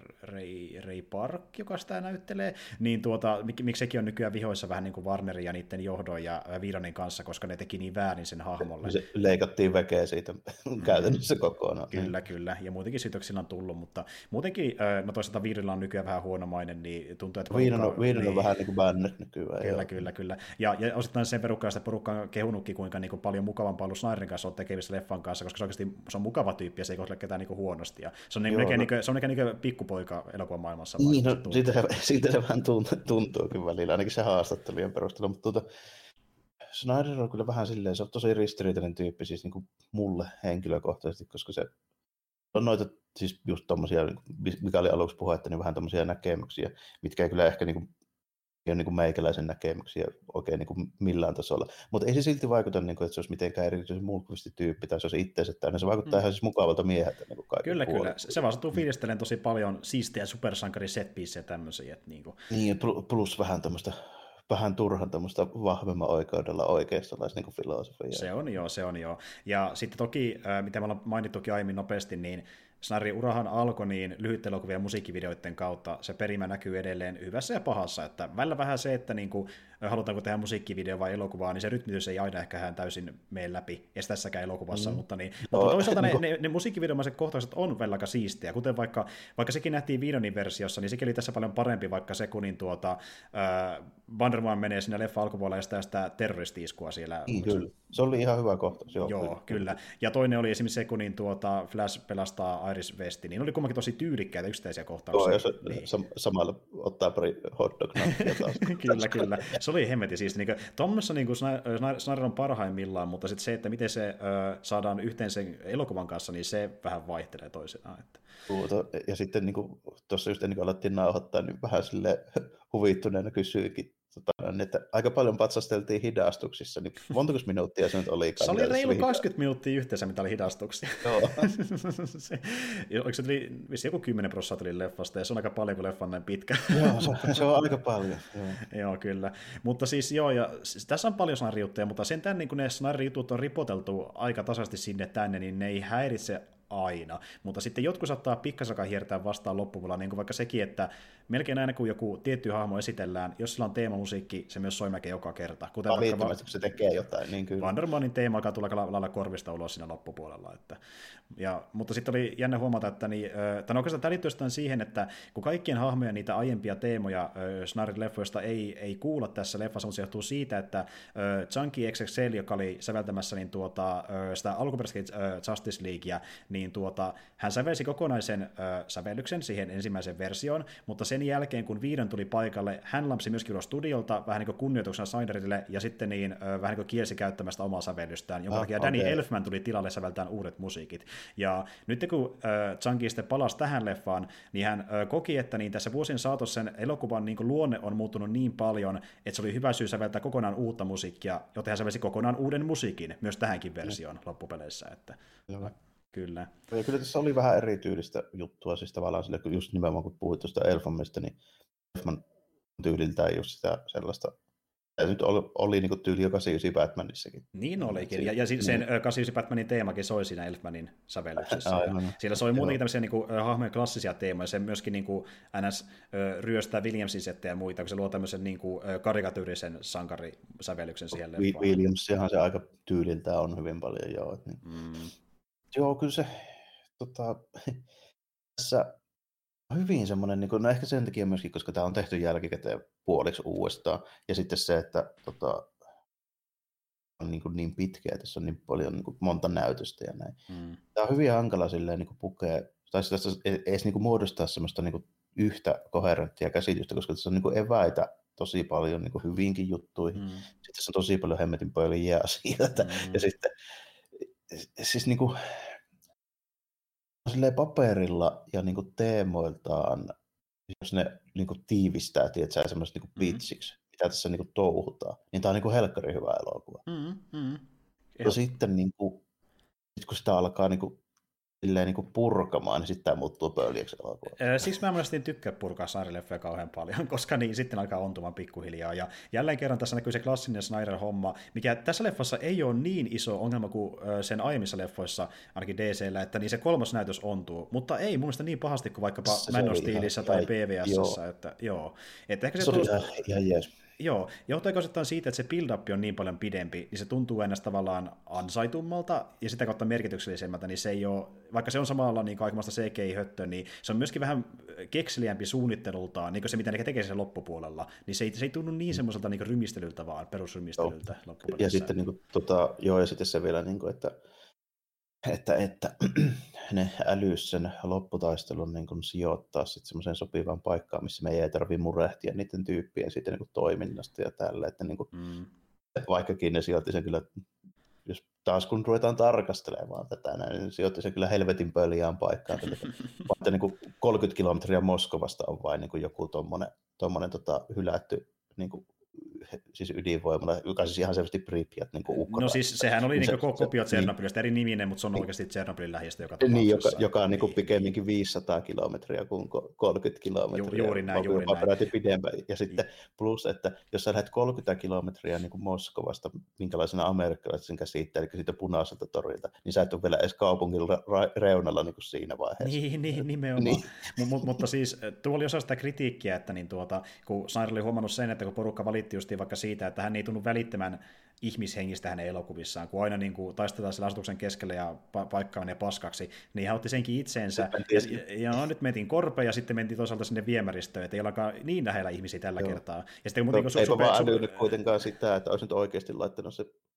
Ray Park, joka sitä näyttelee, niin miksi sekin on nykyään vihoissa vähän niin kuin Warnerin ja niiden johdon ja Whedonin kanssa, koska ne teki niin väärin sen hahmolle. Se leikattiin väkeä siitä käytännössä kokonaan. Kyllä, ja muutenkin syytöksillä on tullut, mutta muutenkin, no toisaalta Whedonilla on nykyään vähän huonomainen, niin tuntuu, että Whedon on vähän niin kuin bännet nykyään. Kyllä. Ja osittain sen verukkaan sitä porukkaa on kehunutkin, kuinka niin kuin paljon mukavampaa ollut Snyderin kanssa on tekemistä leffan kanssa, koska se on mukava tyyppi ja se ei kohdella ketään niin kuin huonosti. Ja se on niin pikkupoika elokuvan maailmassa. Niin, siitä se vähän tuntuukin välillä, ainakin se haastattelujen perusteella, mutta Snyder on kyllä vähän silleen, se on tosi ristiriitainen tyyppi siis niin kuin mulle henkilökohtaisesti, koska se on noita siis just tommosia, mikä oli aluksi puhetta, niin vähän tommosia näkemyksiä, mitkä ei kyllä ehkä niin kuin ole niin kuin meikäläisen näkemyksiä oikein niin kuin millään tasolla. Mutta ei se silti vaikuta, niin kuin, että se olisi mitenkään erityisen mulkvisti tyyppi tai se olisi itseensä täynnä. Se vaikuttaa ihan siis mukavalta mieheltä. Niin kyllä. Se vaan sattuu fiilistelen tosi paljon siistejä supersankari setpiecejä ja tämmöisiä. Niin, plus vähän tämmöistä vähän turhan tämmöistä vahvemman oikeudella oikeistolaista niin filosofiaa. Se on joo. Ja sitten toki, mitä me ollaan mainittukin aiemmin nopeasti, niin Snyderin urahan alkoi niin lyhytelokuvien ja musiikkivideoiden kautta. Se perimä näkyy edelleen hyvässä ja pahassa. Että välillä vähän se, että niin kuin, halutaanko tehdä musiikkivideo vai elokuvaa, niin se rytmitys ei aina ehkä täysin mene läpi, edes tässäkään elokuvassa. Mutta toisaalta ne musiikkivideomaiset kohtaukset on välillä aika siistiä. Kuten vaikka sekin nähtiin Whedonin versiossa, niin sekin oli tässä paljon parempi, vaikka se kun niin Wonder Woman menee sinne leffa alkupuolella ja sitä terroristi-iskua siellä. Kyllä. Se oli ihan hyvä kohtaus. Joo, kyllä. Ja toinen oli esimerkiksi se, kun niin Flash pelastaa Iris West, niin oli kummankin tosi tyylikkäitä yksittäisiä kohtauksia. Joo, jos niin. samalla ottaa pari hotdog-nappia taas. Kyllä. Se oli hemmetin siisti. Niin tuommoissa niin Snyder on parhaimmillaan, mutta sitten se, että miten se saadaan yhteen sen elokuvan kanssa, niin se vähän vaihtelee toisenaan. Että. Ja sitten niin tuossa just ennen kuin alettiin nauhoittaa, niin vähän sille huvittuneena kysyikin, että aika paljon patsasteltiin hidastuksissa, niin montako minuuttia se nyt oli? Se oli reilu 20 minuuttia yhteensä, mitä oli hidastuksia. Joo. Oliko se joku 10% tuli leffasta, ja se on aika paljon, kun leffa on näin pitkä. Joo, se on aika paljon. Joo, kyllä. Mutta siis joo, ja siis, tässä on paljon Snyder-juttuja, mutta sen tämän niin kun ne Snyder-jutut on ripoteltu aika tasaisesti sinne tänne, niin ne ei häiritse aina, mutta sitten jotkut saattaa pikkasakaan hiertää vastaan loppupuolella, niin kuin vaikka sekin, että melkein aina kun joku tietty hahmo esitellään, jos sillä on teemamusiikki, se myös soi melkein joka kerta. Kuten vaikka kun se tekee jotain, niin kyllä. Wonder Womanin teema alkaa tulla lailla korvista ulos siinä loppupuolella. Mutta sitten oli jännä huomata, että oikeastaan tämä liittyy siihen, että kun kaikkien hahmojen niitä aiempia teemoja Snyder-leffoista ei kuulla tässä leffassa, mutta se johtuu siitä, että Junkie XXL, joka oli säveltämässä sitä alkuperäistä Justice Leaguea, niin hän sävelsi kokonaisen sävellyksen siihen ensimmäiseen versioon, mutta sen jälkeen, kun Whedon tuli paikalle, hän lampsi myöskin ulos studiolta vähän niin kuin kunnioituksena Snyderille, ja sitten vähän niin kuin kielsi käyttämästä omaa sävellystään, jonka takia Danny Elfman tuli tilalle säveltämään uudet musiikit. Ja nyt kun Junkie sitten palasi tähän leffaan, niin hän koki, että niin tässä vuosien saatossa sen elokuvan niin kuin luonne on muuttunut niin paljon, että se oli hyvä syy säveltää kokonaan uutta musiikkia, joten hän sävelsi kokonaan uuden musiikin myös tähänkin versioon loppupeleissä. Että. Kyllä. Ja kyllä tässä oli vähän erityylistä juttua, siis tavallaan sille, kun just nimenomaan kun puhuit tuosta Elfmanista, niin Elfman tyyliltään just sitä sellaista, ja nyt oli niin kuin tyyli jo 89 Batmanissakin. Niin olikin, ja sen 89 Batmanin teemakin soi siinä Elfmanin sävellyksessä. Siellä soi muutenkin tämmöisiä niin kuin, hahmojen klassisia teemoja, se myöskin niin kuin, NS ryöstää Williamsin settejä ja muita, kun se luo tämmöisen niin kuin, karikatyyrisen sankarisävellyksen siihen leffaan. Williamsihan se aika tyyliltään on hyvin paljon, joo. Niin. Joo, kyllä se tässä on hyvin semmoinen, niin kuin, no ehkä sen takia myöskin, koska tämä on tehty jälkikäteen puoliksi uudestaan, ja sitten se, että on niin pitkä, että tässä on niin paljon niin kuin, monta näytöstä ja näin. Tämä on hyvin hankala silleen niin kuin pukea, tai tässä edes niin kuin muodostaa semmoista niin kuin yhtä koherenttia käsitystä, koska tässä on niin kuin eväitä tosi paljon niin kuin hyvinkin juttuihin. Sitten tässä on tosi paljon hemmetin pöliä asioita, ja sitten siis niinku silleen paperilla ja niinku teemoiltaan, jos ne niinku tiivistää, tiedätkö, semmoista niinku pitsiksi, mitä tässä niinku touhutaan, niin tää on niinku helkkari hyvä elokuva. Ja sitten niinku, kun sitä alkaa niinku silleen niinku purkamaan, niin sitten tämä muuttuu pöliäksi elokuva. Siksi mä mielestäni tykkää purkaa Snyder-leffoja kauhean paljon, koska niin sitten alkaa ontumaan pikkuhiljaa. Ja jälleen kerran tässä näkyy se klassinen Snyder-homma, mikä tässä leffassa ei ole niin iso ongelma kuin sen aiemmissa leffoissa, ainakin DC:llä, että niin se kolmas näytös ontuu. Mutta ei mun mielestä niin pahasti kuin vaikkapa Man of Steelissä tai PVS:ssä. Että ehkä se oli ihan jees. Joo, johtaako osittain siitä, että se build-up on niin paljon pidempi, niin se tuntuu ennäs tavallaan ansaitummalta ja sitä kautta merkityksellisemmältä, niin se ei ole, vaikka se on samalla niin kaikenlaista CGI-höttöä, niin se on myöskin vähän kekseliämpi suunnittelultaan, niin kuin se mitä ne tekee sen loppupuolella, niin se ei tunnu niin semmoiselta niin rymistelyltä vaan, perusrymistelyltä loppupuolella. Ja sitten, niin kuin, ja sitten se vielä, niin kuin, että ne älyys sen lopputaistelun niin kuin sijoittaa sitten semmoiseen sopivaan paikkaan, missä me ei tarvitse murehtia niiden tyyppien sitten niin kuin toiminnasta ja tällä, että niin kuin, vaikkakin ne sijoitti sen kyllä, jos taas kun ruvetaan tarkastelemaan tätä, niin sijoitti sen kyllä helvetin pöliään paikkaan, että niin kuin 30 kilometriä Moskovasta on vain niin kuin joku tommonen hylätty niin kuin siis ydinvoimalla, joka siis ihan selvästi Pripyat niin kuin Ukraina. No siis sehän oli niin kopio Tsernobylistä, eri niminen, mutta se on oikeasti Tsernobylin lähistö joka tapauksessa. Niin, joka on niin pikemminkin 500 kilometriä kuin 30 kilometriä. Juuri näin. Pidempään. Ja sitten plus, että jos sä lähdet 30 kilometriä niin kuin Moskovasta, minkälaisena amerikkalaisen käsittää, eli siitä punaiselta torilta, niin sä et ole vielä edes kaupungin reunalla niin kuin siinä vaiheessa. Niin nimenomaan. Mutta siis tuo oli osa sitä kritiikkiä, että niin kun Snyder oli huomannut sen, että kun porukka valitti justiin vaikka siitä, että hän ei tunnu välittämään ihmishengistä hänen elokuvissaan, kun aina niin kuin taistetaan sillä asetuksen keskellä ja paikka menee paskaksi, niin hän otti senkin itseensä, ja nyt mentiin korpeen ja sitten mentiin toisaalta sinne viemäristöön, että ei ollakaan niin lähellä ihmisiä tällä kertaa. Ja sitten, eipä vaan älynyt kuitenkaan sitä, että olisi nyt oikeasti laittanut se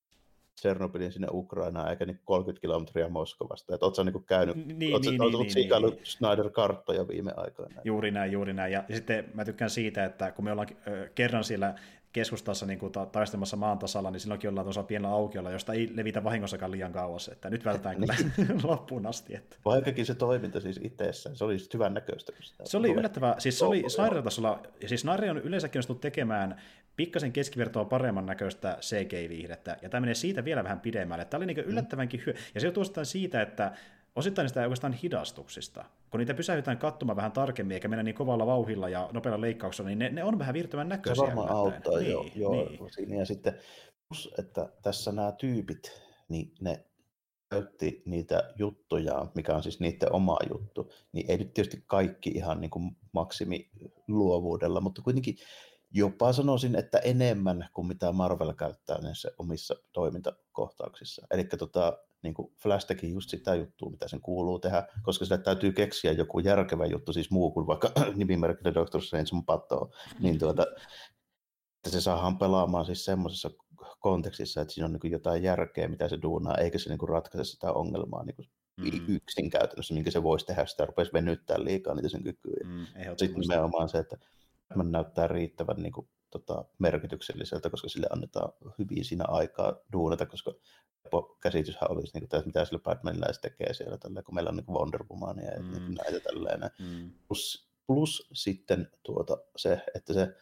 Tšernobylin sinne Ukrainaan, eikä niin 30 kilometriä Moskovasta. Että ootko sä niin käynyt, ootko siikaillut Snyder-karttoja viime aikoina? Juuri näin. Ja sitten mä tykkään siitä, että kun me ollaan kerran siellä keskustassa niin kuin taistelemassa maan tasalla, niin silloinkin ollaan tuossa pienellä aukiolla, josta ei levitä vahingossakaan liian kauas, että nyt vältetään kyllä loppuun asti. Että. Vaikkakin se toiminta siis itsessään, se oli hyvän näköistä. Se oli yllättävää, siis se oli Snyder-tasolla, siis Snyder on yleensäkin onnistunut tekemään pikkasen keskivertoa paremman näköistä CGI-viihdettä, ja tämä menee siitä vielä vähän pidemmälle. Tämä oli niin yllättävänkin hyvä, ja se johtuu osittain siitä, että osittain sitä oikeastaan hidastuksista. Kun niitä pysähytään katsomaan vähän tarkemmin, eikä mennä niin kovalla vauhilla ja nopealla leikkauksella, niin ne on vähän virtävän näköisiä. Se varmaan auttaa, joo. Siinä. Ja sitten, että tässä nämä tyypit, niin ne käytti niitä juttuja, mikä on siis niiden oma juttu, niin ei nyt tietysti kaikki ihan niin kuin maksimiluovuudella, mutta kuitenkin jopa sanoisin, että enemmän kuin mitä Marvel käyttää näissä omissa toimintakohtauksissa. Eli niin kuin Flash teki just sitä juttua, mitä sen kuuluu tehdä, koska sille täytyy keksiä joku järkevä juttu, siis muu kuin vaikka nimimerkillä Doctor Strange sun patoa, niin että se saadaan pelaamaan siis semmoisessa kontekstissa, että siinä on niin jotain järkeä, mitä se duunaa, eikä se niin ratkaise sitä ongelmaa niin yksin käytännössä, minkä se voisi tehdä, sitä rupesi venyttää liikaa niitä sen kykyjä. Sitten nimenomaan se, että Batman näyttää riittävän niin kuin, merkitykselliseltä, koska sille annetaan hyvin siinä aikaa duunata, koska käsityshän olisi, niin kuin, että mitä sillä Batmanilla tekee siellä, tällä, kun meillä on niin Wonder Womania ja niin näitä tällainen. Plus sitten se, että se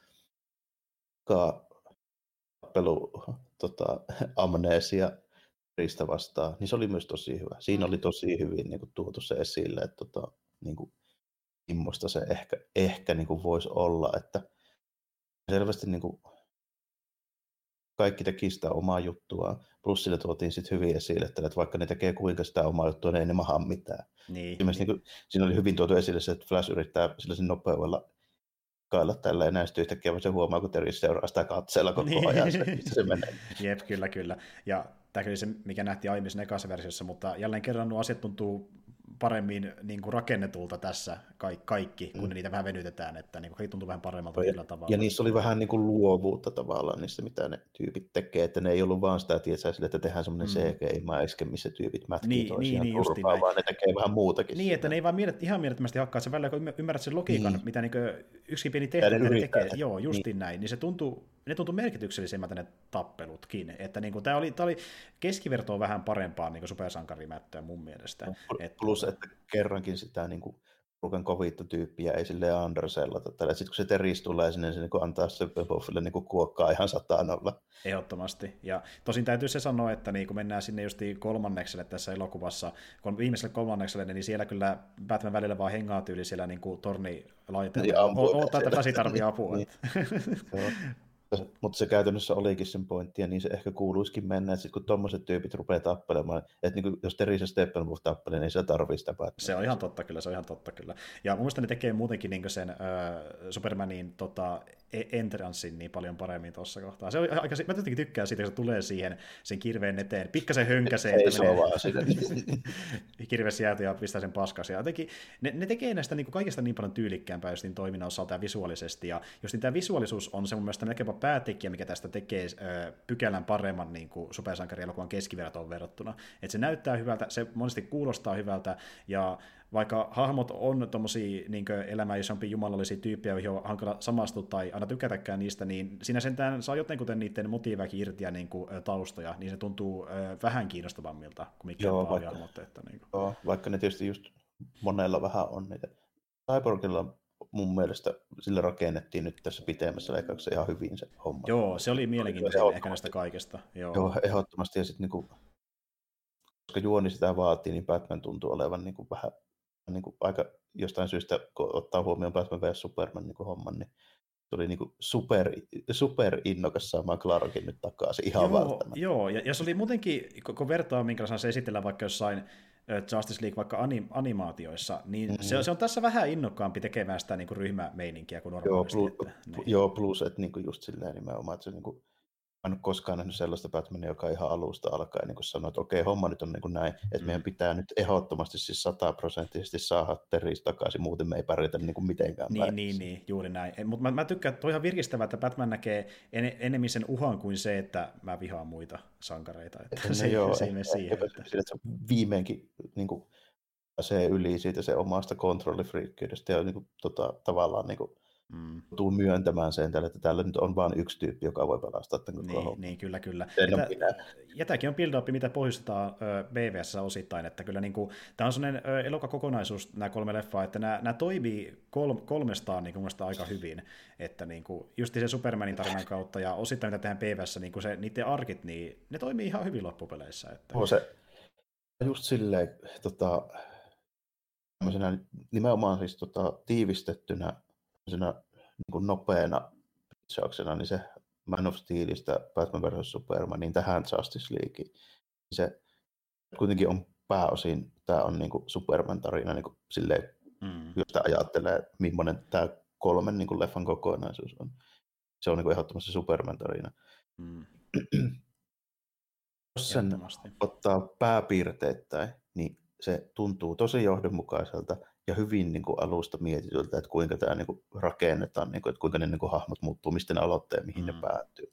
tappelu amneesia Rista vastaan, niin se oli myös tosi hyvä. Siinä oli tosi hyvin niin kuin, tuotu se esille, että niin kuin, immosta se ehkä niin kuin voisi olla, että selvästi niin kuin, kaikki teki sitä omaa juttua, plus sille tuotiin sitten hyvin esille, että vaikka ne tekee kuinka sitä omaa juttua, niin ei ne maha mitään. Niin. Niin siinä oli hyvin tuotu esille se, että Flash yrittää sellaisen nopeudella kailla tällä ja näistä yhtäkkiä, vaan se huomaa, kun Terry seuraa sitä katseella koko ajan, se menee. Jep, kyllä. Ja tämä oli se, mikä nähtiin aiemmissa ekassa versiossa, mutta jälleen kerran nuo asiat tuntuu paremmin niin kuin rakennetulta tässä kaikki, kun niitä vähän venytetään, että niin kuin tuntuu vähän paremmalta tällä tavalla. Ja niissä oli vähän niin kuin luovuutta tavallaan niissä, mitä ne tyypit tekee, että ne ei ollut vaan sitä, että tehdään semmoinen CGI-maiske, missä tyypit mätkii toisiaan turpaa, vaan ne tekee vähän muutakin. Niin, että ne ei vaan ihan mielettömästi hakkaa, että sä välillä kun ymmärrät sen logiikan, mitä niin yksi pieni tehtävä ne tekee, näin, niin se tuntuu merkityksellisemmältä ne tappelutkin, että niin kuin, tämä oli keskivertoa vähän parempaa niin supersankarimättöä mun mielestä. Plus, että kerrankin sitä niin kuin rukan kovittu tyyppiä ei silleen undersellata. Sitten kun se Teris tulee sinne, se niin antaa se Buffille niin kuokkaa ihan 100:lla. Ehdottomasti. Ja tosin täytyy se sanoa, että niin kun mennään sinne justiin kolmannekselle tässä elokuvassa, viimeiselle kolmannekselle, niin siellä kyllä Batman välillä vaan hengaa tyyli siellä niin torni laitetaan. Tätä Flash tarvii apua. Niin. Mutta se käytännössä olikin sen pointti, ja niin se ehkä kuuluisikin mennä, että sit kun tommoset tyypit rupeaa tappelemaan, että niin jos Terry ja Steppenwolf tappelee, niin se tarvii sitä Batmania. Se on ihan totta kyllä. Ja mun mielestä ne tekee muutenkin niin sen Supermanin entranssin niin paljon paremmin tuossa kohtaa. Se on aika, mä tietenkin tykkään siitä, kun se tulee siihen sen kirveen eteen, pikkasen hönkäsee, että kirves jääty ja pistää sen paskas. Ja jotenkin ne tekee näistä niin kaikista niin paljon tyylikkäämpää just niin toiminnan osalta ja visuaalisesti. Ja just niin tämä visuaalisuus on se mun mielestä melkein päätekijä, mikä tästä tekee pykälän paremman niin supersankarielokuvan keskivertoon verrattuna. Että se näyttää hyvältä, se monesti kuulostaa hyvältä, ja vaikka hahmot on tommosia niin elämää isompia jumalallisia tyyppejä, joihin on hankala samastua tai aina tykätäkään niistä, niin siinä sentään saa jotenkin niiden motiiväkin irti ja niin taustoja, niin se tuntuu vähän kiinnostavammilta kuin mikään hahmot. Niin vaikka ne tietysti just monella vähän on niitä. Cyborgilla mun mielestä sille rakennettiin nyt tässä pitemmässä leikkauksessa ihan hyvin se homma. Joo, se oli mielenkiintoista ehkä näistä kaikesta. Joo, ehdottomasti. Ja sitten niinku, koska juoni sitä vaatii, niin Batman tuntuu olevan niinku vähän niinku aika jostain syystä, kun ottaa huomioon Batman vs Superman niinku homman, niin se oli niinku super innokas saamaan Clarkin nyt takaisin ihan välttämättä. Joo, ja se oli muutenkin, kun vertaa minkälaisena se esitellään vaikka jossain Justice League vaikka animaatioissa, niin se on tässä vähän innokkaampi tekemään sitä niinku ryhmämeininkiä kuin normaalisti. Joo, plus että niinku just silleen nimenomaan, että se niinku en ole koskaan nähnyt sellaista Batmania, joka ihan alusta alkaen niin sanoo, että okei, homma nyt on niin kuin näin, että meidän pitää nyt ehdottomasti siis 100% saada Terry takaisin, muuten me ei pärjätä niin kuin mitenkään päin. Niin, juuri näin. Mutta mä tykkään, että on ihan virkistävää, että Batman näkee enemmän sen uhan kuin se, että mä vihaan muita sankareita. Että se ei mene siihen. Että se viimeinkin niin kuin, pääsee yli siitä se omasta kontrollifriikkyydestä ja niin kuin, tavallaan niin kuin, tuu myöntämään sen, että täällä nyt on vain yksi tyyppi, joka voi pelastaa tämän koko homman. Niin, kyllä. Ja tämäkin on build-up, mitä pohjustetaan BVS osittain, että kyllä niin kuin, tämä on sellainen elokakokonaisuus, nämä 3 leffaa, että nämä toimii kolmestaan niin kuin aika hyvin, että niin kuin, just se Supermanin tarinan kautta ja osittain mitä tehdään BVS, niin kuin se, niiden arkit, niin ne toimii ihan hyvin loppupeleissä. Että... Se just silleen, nimenomaan siis tiivistettynä niin kuin nopeana pitsauksena, niin se Man of Steelistä Batman vs. Superman, niin tähän Justice Leagueen. Se kuitenkin on pääosin, tämä on niin kuin Superman-tarina, niin kuin silleen, jos sitä ajattelee, millainen tämä 3 niin kuin leffan kokonaisuus on. Se on niin kuin ehdottomasti Superman-tarina. Jos sen ottaa pääpiirteittäin, niin se tuntuu tosi johdonmukaiselta ja hyvin niin kuin alusta mietityltä, että kuinka tämä niin kuin rakennetaan, niin kuin, että kuinka ne niin kuin hahmot muuttuu, mistä ne aloittaa, mihin ne päätyy.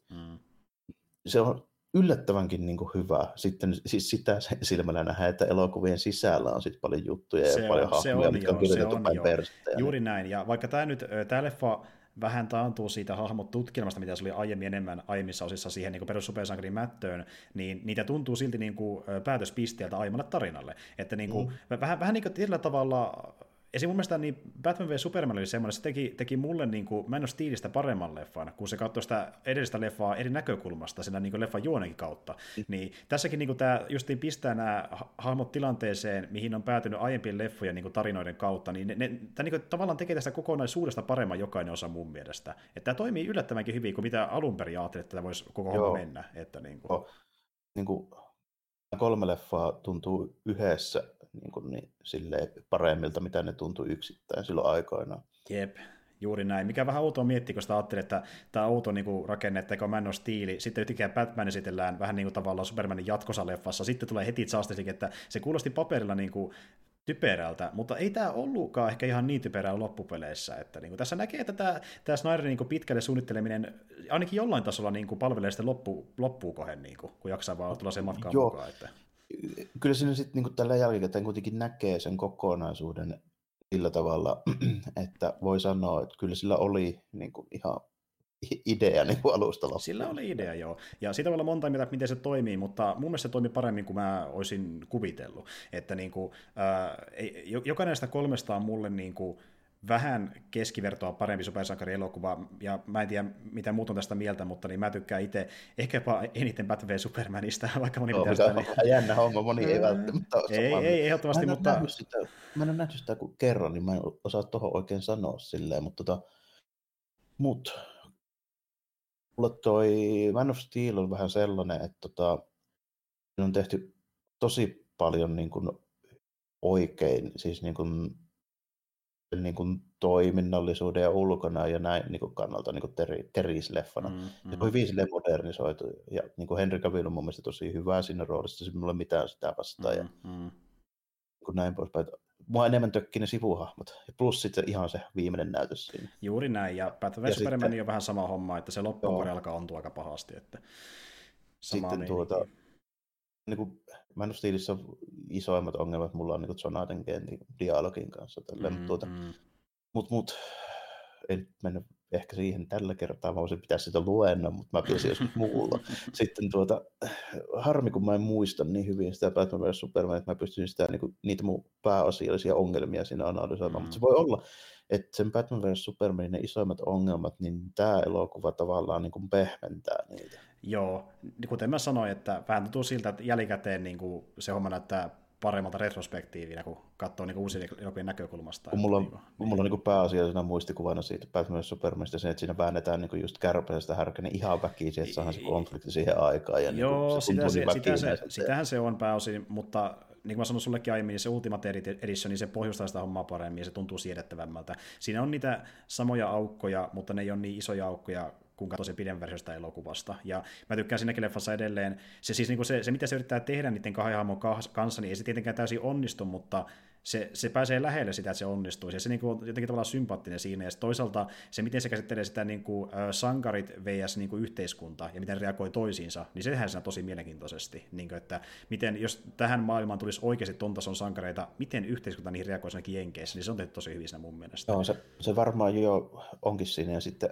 Se on yllättävänkin niin kuin hyvä. Sitten siis sitä silmällä nähdään, että elokuvien sisällä on sitten paljon juttuja ja paljon hahmoja, mitkä on kirjoitettu päin persettä. Juuri näin. Ja vaikka tämä leffa vähän taantuu siitä hahmot tutkilemasta, mitä se oli aiemmin enemmän aiemmissa osissa siihen niin perussupersankarin mättöön, niin niitä tuntuu silti niin kuin päätöspisteeltä aiemmalle tarinalle. Että niin kuin, vähän niin kuin tietyllä tavalla, esim. Mun mielestä niin Batman v Superman oli semmoinen, että se teki mulle niin kuin Man of Steelistä paremman leffan, kun se katsoi sitä edellistä leffaa eri näkökulmasta, siinä niin kuin leffan juonenkin kautta. Niin tässäkin niin kuin tämä justiin pistää nämä hahmot tilanteeseen, mihin on päätynyt aiempien leffojen niin kuin tarinoiden kautta, niin tämä niin kuin tavallaan tekee tästä kokonaisuudesta paremman jokainen osa mun mielestä. Että tämä toimii yllättävänkin hyvin, kuin mitä alun perin ajattelin, että tämä voisi koko homma mennä. Että niin kuin 3 leffaa tuntuu yhdessä niin silleen paremmilta, mitä ne tuntui yksittäin silloin aikoinaan. Jep, juuri näin. Mikä vähän outoa miettiä, kun sitä ajattelee, että tämä on outo niin rakenne, että kun Man of Steel, sitten yhtäkkiä Batman esitellään vähän niin kuin tavallaan Supermanin jatkosa-leffassa, sitten tulee heti Justice League, että se kuulosti paperilla niin kuin typerältä, mutta ei tämä ollutkaan ehkä ihan niin typerää loppupeleissä. Että niin kuin tässä näkee, että tämä Snyderin niin kuin pitkälle suunnitteleminen ainakin jollain tasolla niin kuin palvelee sitten loppuun kohden, niin kuin, kun jaksaa vaan tulla sen matkaan mukaan. Että... Kyllä siinä sitten niin tällä jälkikäteen kuitenkin näkee sen kokonaisuuden sillä tavalla, että voi sanoa, että kyllä sillä oli niin kuin ihan idea niin kuin alusta loppuun. Sillä oli idea, joo. Ja siitä voi olla monta mieltä, miten se toimii, mutta mun mielestä se toimii paremmin kuin mä olisin kuvitellut. Että niin kuin, jokainen näistä 3 on mulle niin kuin vähän keskivertoa parempi supersankarielokuva, ja mä en tiedä, mitä muut on tästä mieltä, mutta niin mä tykkään itse ehkä jopa eniten Batman v Supermanista, vaikka moni pitää sitä. Niin... Jännä homma, moni ei välttämättä ole ei ehdottomasti, mutta... Mä en ole nähnyt sitä kuin kerran, niin mä en osaa tuohon oikein sanoa silleen, mutta mulle toi Man of Steel on vähän sellainen, että on tehty tosi paljon niin kuin oikein, siis niin kuin toiminnallisuuden ja ulkona ja näin niin kuin kannalta niin kuin Teris-leffana. Se on hyvin silleen modernisoitu ja niin kuin Henry Cavill on mun mielestä tosi hyvä siinä roolissa, se mulla ei mitään sitä vastaan ja niin kuin näin poispäin. Mua enemmän tökkii ne sivuhahmot, plus sitten ihan se viimeinen näytös siinä. Juuri näin, ja Batman v Superman on vähän sama homma, että se loppuun alkaa ontua aika pahasti. Että sitten niin kuin Man of Steelissä on isoimmat ongelmat, mulla on niin kuin Jonathan Kentin dialogin kanssa. Mutta en mennä ehkä siihen tällä kertaa, mä voisin pitää sitä luennon, mutta mä piesin joskus muulla. Sitten harmi, kun mä en muista niin hyvin sitä Batman vs. Superman, että mä pystyn sitä, niitä mun pääasiallisia ongelmia siinä analysoimaan. Mutta se voi olla, että sen Batman vs. Supermanin ne isoimmat ongelmat, niin tämä elokuva tavallaan niin kuin pehmentää niitä. Joo, kuten mä sanoin, että vähän tuntuu siltä, että jälkikäteen niin kuin se homma näyttää paremmalta retrospektiivinä, kun katsoo niin uusien elokuvien näkökulmasta. Mulla on niin pääasiallisena muistikuvana siitä Batman vs. Supermanista se, että siinä väännetään niin just kärpäsestä härkänen ihan väkisin, että saadaan se konflikti siihen aikaan. Ja joo, sitähän se on pääosin, mutta niin kuin mä sanoin sullekin aiemmin, niin se Ultimate Edition, niin se pohjustaa sitä hommaa paremmin ja se tuntuu siedettävämmältä. Siinä on niitä samoja aukkoja, mutta ne ei ole niin isoja aukkoja kun katsoo sen pidemmän versiosta elokuvasta. Ja mä tykkään siinäkin leffassa edelleen. Se, siis niin kuin se, mitä se yrittää tehdä niiden kahden hahmon kanssa, niin ei se tietenkään täysin onnistu, mutta se pääsee lähelle sitä, että se onnistuu. Ja se niin kuin, on jotenkin tavallaan sympaattinen siinä. Ja toisaalta se, miten se käsittelee sitä niin kuin, sankarit vs. Niin kuin yhteiskunta ja miten ne reagoi toisiinsa, niin se tehdään siinä tosi mielenkiintoisesti. Niin kuin, että miten, jos tähän maailmaan tulisi oikeasti ton tason sankareita, miten yhteiskunta niihin reagoi ainakin Jenkeissä, niin se on tehty tosi hyvin siinä mun mielestä. Joo, se varmaan jo onkin siinä. Ja sitten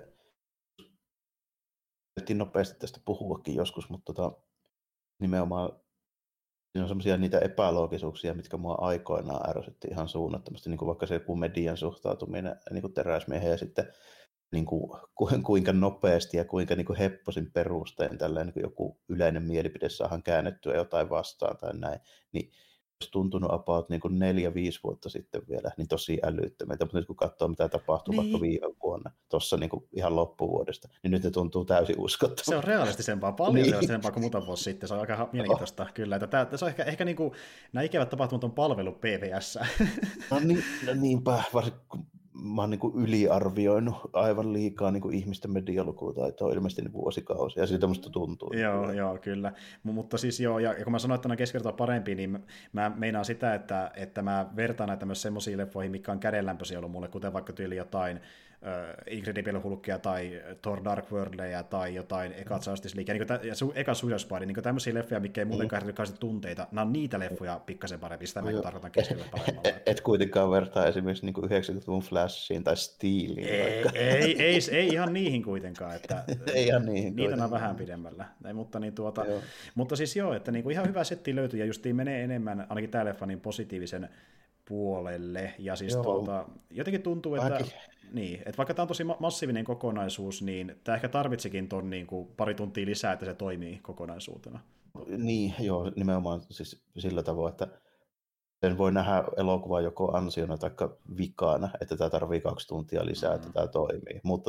nopeasti tästä puhuakin joskus, mutta nimenomaan siinä on semmoisia niitä epäloogisuuksia, mitkä mua aikoinaan ärsytti ihan suunnattomasti, niin kuin vaikka se median suhtautuminen niin kuin teräsmiehen ja sitten niin kuin, kuinka nopeasti ja kuinka niin kuin hepposin perustein tällainen niin joku yleinen mielipide saadaan käännettyä jotain vastaan tai näin, niin olisi tuntunut about niin 4-5 vuotta sitten vielä, niin tosi älyttömältä, mutta nyt kun katsoo mitä tapahtuu niin vaikka viime vuonna, tuossa niin ihan loppuvuodesta, niin nyt ne tuntuu täysin uskottavalta. Se on realistisempaa, paljon realistisempaa kuin muutama vuosi sitten, se on aika mielenkiintoista kyllä, että se on ehkä niin kuin, nämä ikävät tapahtumat on palvelu PVS. No niinpä, varsinkin kun mä oon niin yliarvioinut aivan liikaa niin ihmisten medialukutaitoa ilmeisesti niin vuosikausia, ja siitä musta tuntuu. Joo, kyllä. Mutta siis joo, ja kun mä sanoin, että on keskivertoa parempi, niin mä meinaan sitä, että mä vertaan näitä myös semmoisiin leffoihin, mitkä on kädenlämpöisiä ollut mulle, kuten vaikka tyyli jotain Incredible Hulkia tai Thor Dark Worldia tai jotain Eka Justice League, ja Eka Suicide Squad, niin tämmöisiä leffoja, mitkä ei muuten herätä tunteita, nämä on niitä leffoja pikkasen parempi, sitä mä tarkoitan keskellä paremmalla. Et kuitenkaan vertaa esimerkiksi niin 90-luvun Flashiin tai Steeliin. Ei ihan niihin kuitenkaan, että ei ihan niihin niitä on vähän pidemmällä. Mutta siis joo, että niinku ihan hyvä setti löytyy, ja justiin menee enemmän, ainakin tämä leffa, niin positiivisen puolelle, ja siis jotenkin tuntuu, että vaikka tämä on tosi massiivinen kokonaisuus, niin tämä ehkä tarvitsikin ton niin kuin pari tuntia lisää, että se toimii kokonaisuutena. Niin, joo, nimenomaan siis sillä tavoin, että sen voi nähdä elokuvaa joko ansiona tai vikana, että tämä tarvii 2 tuntia lisää, että tämä toimii, mutta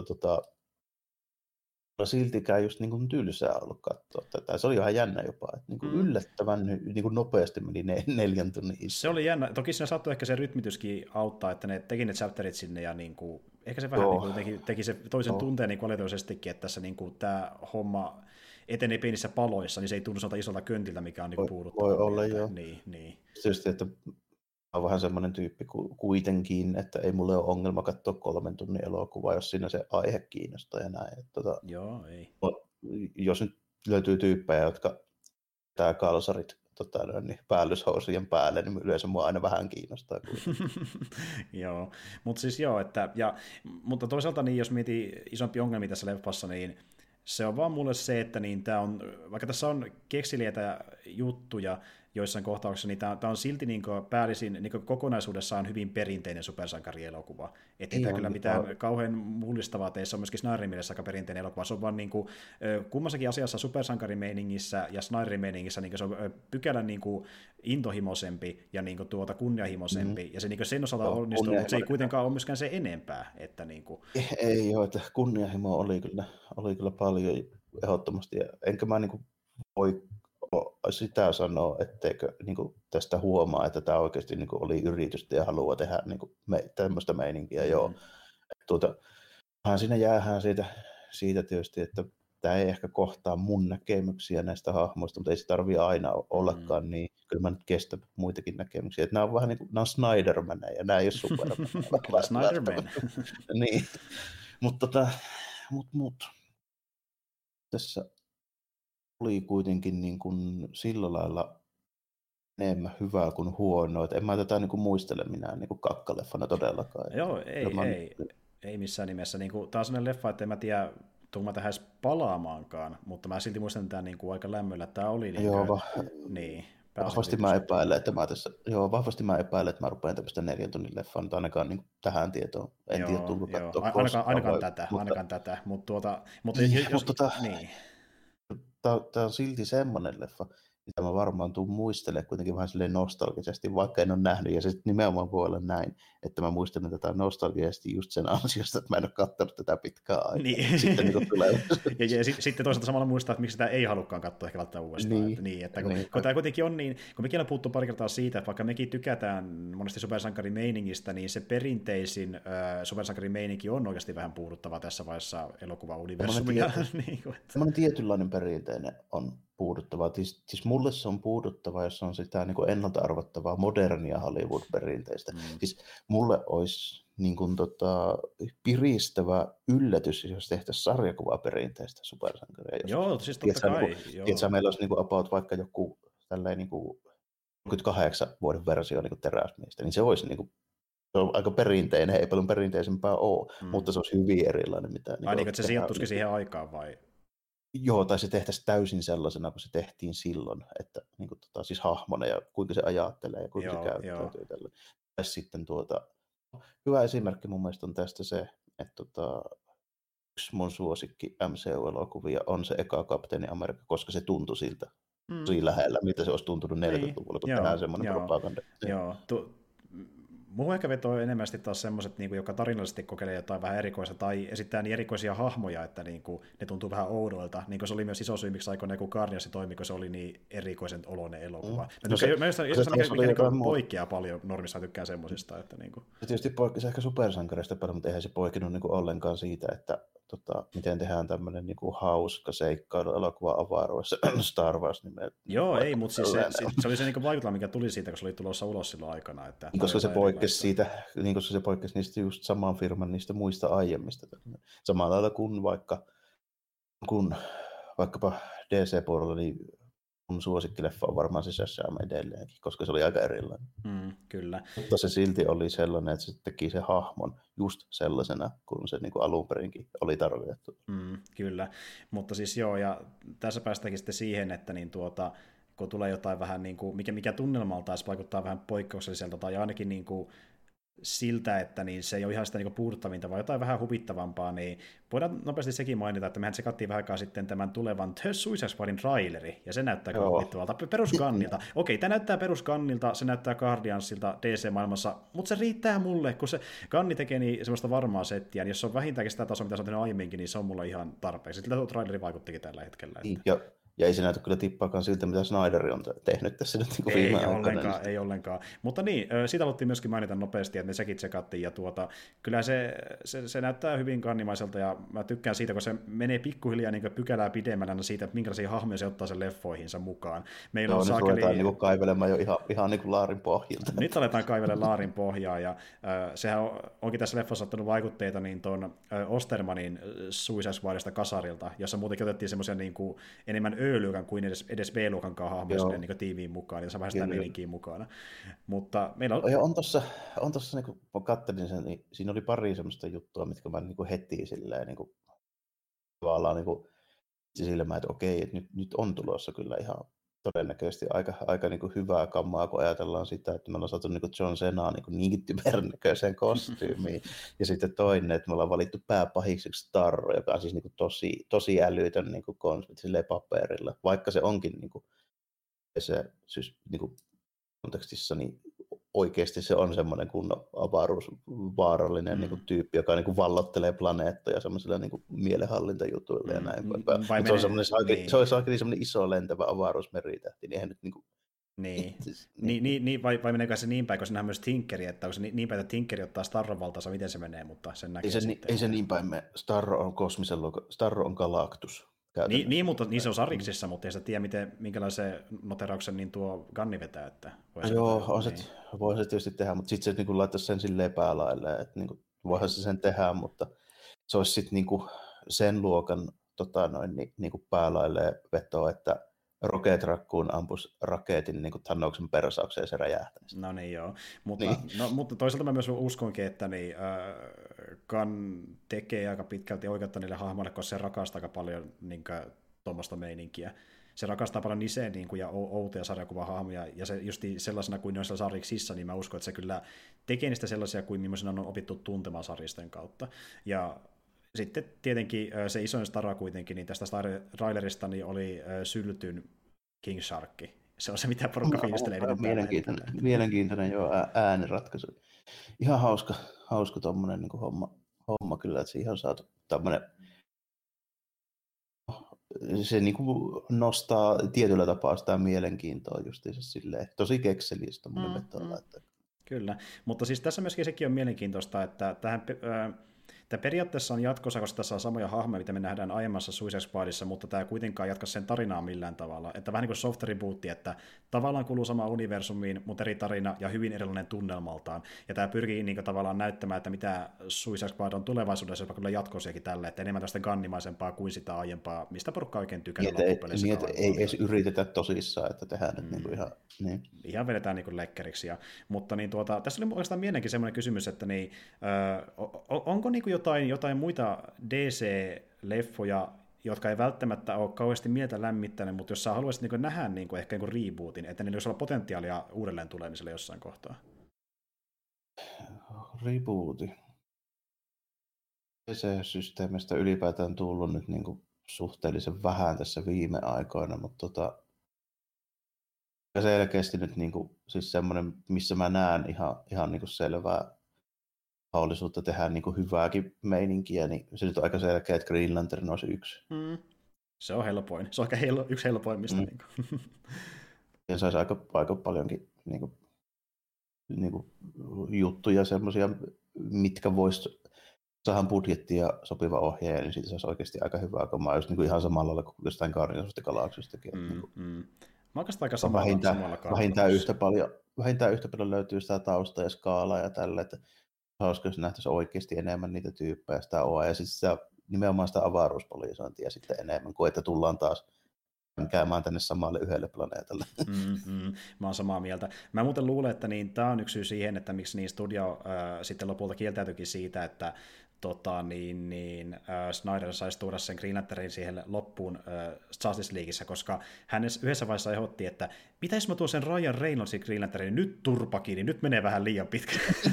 siltikään just niin kuin tylsää ollut katsoa tätä. Se oli ihan jännä jopa, että niin kuin yllättävän niin kuin nopeasti meni 4 tunnin. Se oli jännä. Toki siinä saattoi ehkä se rytmityskin auttaa, että ne teki ne chapterit sinne ja niin kuin, ehkä se vähän niin kuin teki se toisen tunteen niin valitettavasestikin, että tässä niin kuin, tämä homma etenee pienissä paloissa, niin se ei tunnu sieltä isolta köntiltä, mikä on niin puuduttava. Voi olla, joo. Niin. Tietysti, että on vähän semmoinen tyyppi kuitenkin, että ei mulle ole ongelma katsoa 3 tunnin elokuvaa, jos siinä se aihe kiinnostaa ja näin. Joo, ei. Jos nyt löytyy tyyppejä, jotka tää kalsarit niin päällyshousujen päälle, niin yleensä mua aina vähän kiinnostaa. Joo, mutta siis joo, mutta toisaalta niin, jos mietii isompi ongelmia tässä leffassa, niin se on vaan mulle se, että niin tää on, vaikka tässä on keksiliäitä juttuja joissain kohtauksissa, niin tämä on silti niin päällisin niin kokonaisuudessaan hyvin perinteinen supersankarielokuva. Että ei tämä kyllä mitään kauhean mullistavaa tee, se on myöskin Snyderin mielessä aika perinteinen elokuva. Se on vaan niin kuin, kummassakin asiassa supersankarimeiningissä ja Snyderin-meiningissä niin se on pykälän niin kuin intohimoisempi ja niin kuin kunnianhimoisempi, ja se niin sen osalta onnistuu, mutta se ei kuitenkaan ole myöskään se enempää. Että niin kuin... Ei ole, että kunnianhimo oli kyllä paljon ehdottomasti, enkä mä niin kuin voi sitä sanoa, etteikö niin kuin tästä huomaa, että tämä oikeasti niin kuin oli yritystä ja haluaa tehdä niin kuin tämmöistä meininkiä. Joo. Siinä jäähän siitä tietysti, että tämä ei ehkä kohtaa mun näkemyksiä näistä hahmoista, mutta ei se tarvitse aina ollakaan, niin kyllä mä nyt kestän muitakin näkemyksiä. Että nämä on vähän niin kuin, nämä on Snydermaneja, nämä ei ole Superman. Kyllä Snyderman. Niin, mutta tässä oli kuitenkin niin kuin sillä lailla enemmän hyvää kuin huonoa. Et en mä tätä niin kuin muistele minä niin kuin kakkaleffana todellakaan. Joo, ei missään nimessä. Niin kuin, tämä on sellainen leffa, että en mä tiedä, tuunko mä tähän edes palaamaankaan, mutta mä silti muistan tämän niin kuin aika lämmöllä, että tämä oli vahvasti mä epäilen, vahvasti mä epäilen, että mä rupean tämmöistä 4 tunnin leffaa, mutta ainakaan niin tähän tietoon. En tiedä, tullut katsoa ainakaan tätä, mutta Tämä on silti semmoinen leffa, mitä mä varmaan tuun muistelemaan kuitenkin vähän silleen nostalgisesti, vaikka en ole nähnyt, ja se sitten nimenomaan voi olla näin, että mä muistelen tätä nostalgisesti just sen ansiosta, että mä en ole katsonut tätä pitkään aikaa. Niin. Sitten niin tulee. ja sitten toisaalta samalla muistaa, että miksi sitä ei halukkaan katsoa ehkä välttämättä uudestaan. Että kun tämä kuitenkin on niin, kun mekin on puhuttu pari kertaa siitä, että vaikka mekin tykätään monesti supersankarimeiningistä, niin se perinteisin supersankarimeininki on oikeasti vähän puuduttava tässä vaiheessa elokuva-universumia. Semmoinen tietynlainen perinteinen on puuduttava. Siis mulle se on puuduttava, jos on sitä niin kuin ennalta arvattavaa modernia Hollywood-perinteistä. Siis mulle olisi niin kuin, piristävä yllätys, jos tehtäisiin sarjakuvaperinteistä supersankaria. Joo, siis totta kai. Tiedätkö, meillä olisi niin kuin about vaikka joku tälleen niin kuin 38 vuoden versio niin kuin Teräsmiehistä, niin se olisi niin kuin, se on aika perinteinen, ei paljon perinteisempää ole, mutta se olisi hyvin erilainen. Mitä, niin että se sijoittuisikin siihen aikaan vai? Joo, tai se tehtäisiin täysin sellaisena, kun se tehtiin silloin, että niin kuin, siis hahmona ja kuinka se ajattelee ja kuinka se käyttäytyy tällä. Tai sitten hyvä esimerkki mun mielestä on tästä se, että yksi mun suosikki MCU-elokuvia on se eka Kapteeni Amerikka, toska se tuntui siltä tosi lähellä, mitä se olisi tuntunut 40-luvulla, kun tehdään semmoinen propaganda. Joo, Muun ehkä vetoo enemmän taas semmoiset, niin joka tarinallisesti kokeilee jotain vähän erikoista tai esittää niin erikoisia hahmoja, että niin kuin, ne tuntuu vähän oudoilta. Niin kuin se oli myös iso syy, miksi aikoinaan kun Guardians toimi, kun se oli niin erikoisen oloinen elokuva. Mikä poikkeaa paljon normissa, tykkään semmoisista. Että, niin kuin. Se tietysti poikkesi ehkä supersankareista paljon, mutta eihän se poikinut niin kuin ollenkaan siitä, että miten tehdään tämmöinen niin kuin hauska seikkailu-elokuva avaruudessa Star Wars nimeltä. Joo, ei, mutta siis se oli se niin vaikutelma, mikä tuli siitä, kun se oli tulossa ulos silloin aikana. Että koska se poikkesi siitä, niin koska se poikkesi niistä just saman firman niistä muista aiemmista. Samalla lailla kuin vaikkapa DC-puolella, niin mun suosikkileffa on varmaan se Shazam edelleenkin, koska se oli aika erilainen. Kyllä. Mutta se silti oli sellainen, että se teki se hahmon just sellaisena, kun se niin kuin alun perinkin oli tarkoitettu. Kyllä, mutta siis joo, ja tässä päästäänkin sitten siihen, että niin kun tulee jotain vähän, niin kuin, mikä tunnelmalta vaikuttaa vähän poikkeukselliselta, tai ainakin niin kuin siltä, että niin se ei ole ihan sitä niin puuduttavinta, vaan jotain vähän huvittavampaa, niin voidaan nopeasti sekin mainita, että mehän tsekattiin vähän aikaa sitten tämän tulevan The Suicide Squadin traileri, ja se näyttää huvittavalta peruskannilta. Okei, tämä näyttää peruskannilta, se näyttää Guardiansilta DC-maailmassa, mutta se riittää mulle, kun se kanni tekee niin semmoista varmaa settiä, niin jos se on vähintäänkin sitä tasoa, mitä se on tehnyt aiemminkin, niin se on mulla ihan tarpeeksi. Siltä tuo traileri vaikuttikin tällä hetkellä. Että. Ja ei se näytä kyllä tippaakaan siltä, mitä Snyder on tehnyt tässä nyt niin viime aikoina. Ei ollenkaan. Mutta niin, siitä haluttiin myöskin mainita nopeasti, että me sekin tsekattiin, ja kyllä se näyttää hyvin kannimaiselta, ja mä tykkään siitä, kun se menee pikkuhiljaa niin pykälää pidemmällä siitä, että minkälaisia hahmoja se ottaa sen leffoihinsa mukaan. Meillä on ruvetaan niin kaivelemaan jo ihan niin kuin laarin pohjilta. Nyt aletaan kaivelemaan laarin pohjaa, ja sehän onkin tässä leffassa ottanut vaikutteita niin tuon Ostermanin Suicide Squadista kasarilta, jossa muutenkin otettiin semmoisia niin kuin enemmän Ö-luokan kuin edes B-luokan hahmoja sinne niin tiimiin mukaan, ja se on vähän sitä meininkiä mukana. Mutta meillä on. Ja on tossa niin kun katselin sen, niin siinä oli pari semmoista juttua, mitkä mä niin heti silleen niin kuin, tavallaan niin silmään, että okei, että nyt on tulossa kyllä ihan todennäköisesti aika niin kuin hyvää kammaa, kun ajatellaan sitä, että me ollaan saatu niin kuin John Cenaa niin tymernäköiseen kostyymiin. Ja sitten toinen, että me ollaan valittu pääpahikseksi Starro, joka on siis niin kuin tosi älytön niin kuin konsepti silleen paperilla. Vaikka se onkin niin kuin, se siis, niin kuin kontekstissa, niin oikeasti se on semmoinen kunnon avaruusvaarallinen niin kuin tyyppi, joka niin kuin vallottelee planeettoja semmoisilla niin kuin mielenhallintajutuilla ja näin poispäin. Se on semmoinen iso lentävä avaruusmeritähti, niin eihän nyt niin kuin. Vai meneekö se niin päin, kun se nähdään myös Tinkeri, että onko se niin päin, että Tinkeri ottaa Starron valtaansa, miten se menee, mutta sen näkee sitten. Ei se niin päin mene. Starro on Galactus. Mutta niin se on Sariksissa, mutta ei sitä tiedä, minkälaisen noterauksen niin tuo Gunni vetää. Että voi se tietysti tehdä, mutta sitten se niin laittaisi sen silleen päälaille, että niin voihan se sen tehdä, mutta se olisi sitten niin sen luokan niin päälaille vetoa, että Rocket Raccoon ampuisi raketin niin Thannoksen persaukseen ja se räjähtäisi. No niin joo, mutta toisaalta mä myös uskonkin, että Gunn tekee aika pitkälti oikeutta niille hahmoille, koska se rakastaa aika paljon tuommoista meininkiä. Se rakastaa paljon niseen ja outoja sarjakuvahahmoja, ja se just sellaisena kuin ne on siellä sarjiksissa, niin mä uskon, että se kyllä tekee niistä sellaisia kuin millaisena on opittu tuntemaan sarjisten kautta. Ja sitten tietenkin se isoin stara kuitenkin, niin tästä trailerista niin oli Syltyn King Shark. Se on se, mitä porukka fiilistelee eniten tällä hetkellä. Mielenkiintoinen joo, ääniratkaisu. Ihan hauska tommonen niin homma kyllä, että siihen on saatu tämmöinen. Se niin kuin nostaa tietyllä tapaa sitä mielenkiintoa justiinsa silleen. Tosi kekseliäs tommonen vetoa. Kyllä, mutta siis tässä myöskin sekin on mielenkiintoista, että tämä periaatteessa on jatkossa, koska tässä on samoja hahmoja, mitä me nähdään aiemmassa Suicide Squadissa, mutta tämä ei kuitenkaan jatka sen tarinaa millään tavalla. Että vähän niin kuin soft rebootti, että tavallaan kuuluu samaan universumiin, mutta eri tarina ja hyvin erilainen tunnelmaltaan. Ja tämä pyrkii niin kuin tavallaan näyttämään, että mitä Suicide Squad on tulevaisuudessa, jopa kyllä jatkosiakin tälle, että enemmän tästä gannimaisempaa kuin sitä aiempaa, mistä porukka oikein tykännyt loppupeleissä. Niin, ei edes yritetä tosissaan, että tehdään nyt niin kuin ihan. Niin. Ihan vedetään niin lekkeriksi. Mutta niin tässä oli oikeastaan mielenkiin semmoinen kysymys, että niin, onko niin kuin jotain muita DC-leffoja, jotka ei välttämättä ole kauheasti mieltä lämmittäneet, mutta jos sä haluaisit niin nähdä niin ehkä niin rebootin, että niillä olisi olla potentiaalia uudelleen tulemiselle jossain kohtaa. Rebooti. DC-systeemistä ylipäätään tullut nyt niin kuin suhteellisen vähän tässä viime aikoina, mutta selkeästi nyt niin kuin, siis semmoinen, missä mä näen ihan niin kuin selvää mahdollisuutta tehdä niin kuin hyvääkin meininkiä, niin se nyt on aika selkeä, että Green Lantern olisi yksi. Se on helpoin. Se on aika yksi helpoimmista. Niin kuin. Ja saisi aika paljonkin niin kuin juttuja semmoisia, mitkä voisi saada budjettia ja sopiva ohjaaja, niin siitä saisi oikeasti aika hyvää kamaa, just niin kuin ihan samalla lailla kuin jostain Guardians of the Galaxystakin. Mä oon aika samalla vähintään yhtä paljon löytyy sitä taustaa ja skaalaa ja tällä, että hauska, jos nähtäisiin oikeasti enemmän niitä tyyppejä sitä OA, ja sitten nimenomaan sitä avaruuspoliisointia sitten enemmän, kuin että tullaan taas käymään tänne samalle yhdelle planeetalle. Mä oon samaa mieltä. Mä muuten luulen, että niin, tämä on yksi syy siihen, että miksi niin studio sitten lopulta kieltäytyikin siitä, että Snyder saisi tuoda sen Green Lanternin siihen loppuun Justice Leagueissä, koska hän yhdessä vaiheessa ehdotti, että pitäis mä tuon sen Ryan Reynoldsin Green Lanternin nyt turpakin, niin nyt menee vähän liian pitkä.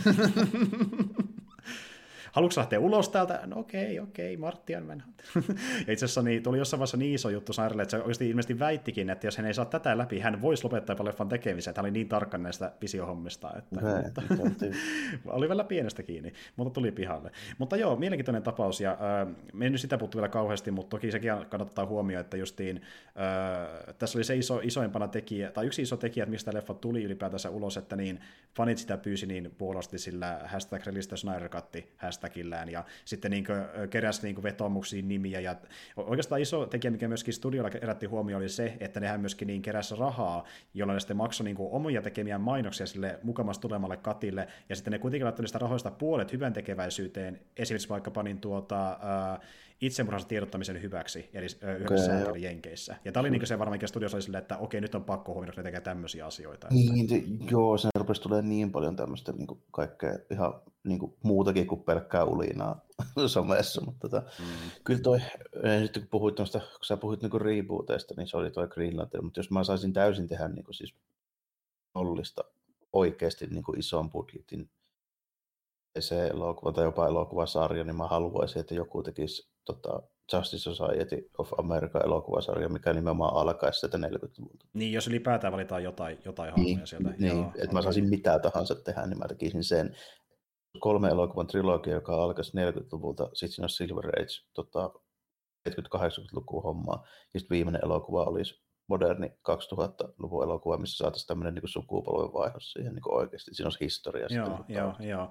Haluatko lähteä ulos täältä? No okei, Martian mennään. Ja itse asiassa niin, tuli jossain vaiheessa niin iso juttu Snyderille, että se oikeasti ilmeisesti väittikin, että jos hän ei saa tätä läpi, hän voisi lopettaa jopa leffan tekemisen, että hän oli niin tarkka näistä visiohommista. Oli vielä pienestä kiinni, mutta tuli pihalle. Mutta joo, mielenkiintoinen tapaus, ja me ei nyt sitä puhuttu vielä kauheasti, mutta toki sekin kannattaa huomioon, että justiin tässä oli se isoimpana tekijä, tai yksi iso tekijä, että mistä leffa tuli ylipäätänsä ulos, että niin fanit sitä pyysi niin puolasti sillä #ReleaseTheSnyder-Cut hashtagillään, ja sitten niin keräsi niin vetomuksiin nimiä, ja oikeastaan iso tekijä, mikä myöskin studiolla herätti huomioon, oli se, että nehän myöskin niin keräsi rahaa, jolla ne sitten maksoi niin omia tekemiään mainoksia sille mukamassa tulemalle katille, ja sitten ne kuitenkin laittoi sitä rahoista puolet hyvän tekeväisyyteen, esimerkiksi vaikkapa niin itsemurhansa tiedottamisen hyväksi, eli yhdessä Jenkeissä. Ja tämä oli niin se varmaan, mikä studiossa oli silleen, että okei, nyt on pakko huomioida, että ne tekee tämmöisiä asioita. Niin, joo, se rupesi tulemaan niin paljon tämmöistä niin kaikkea ihan niin muutakin kuin pelkkää ulinaa somessa, mutta kyllä toi, nyt kun sä puhuit niin rebooteista, niin se oli toi Green Lantern, mutta jos mä saisin täysin tehdä niin siis nollista oikeasti niin ison budjetin se elokuva tai jopa elokuvasarja, niin mä haluaisin, että joku tekisi Justice Society of America -elokuvasarja, mikä nimenomaan alkaisi sieltä 40-luvulta. Niin, jos ylipäätään valitaan jotain hahmoja sieltä. Niin, että mä saisin mitä tahansa tehdä, niin mä tekisin sen 3 elokuvan trilogia, joka alkaisi 40-luvulta, sitten siinä on Silver Age, 70-80-luvun hommaa, ja sitten viimeinen elokuva olisi moderni 2000-luvun elokuva, missä saataisiin tämmöinen niin sukupolvenvaihdos siihen niin oikeasti. Siinä olisi historia. Joo.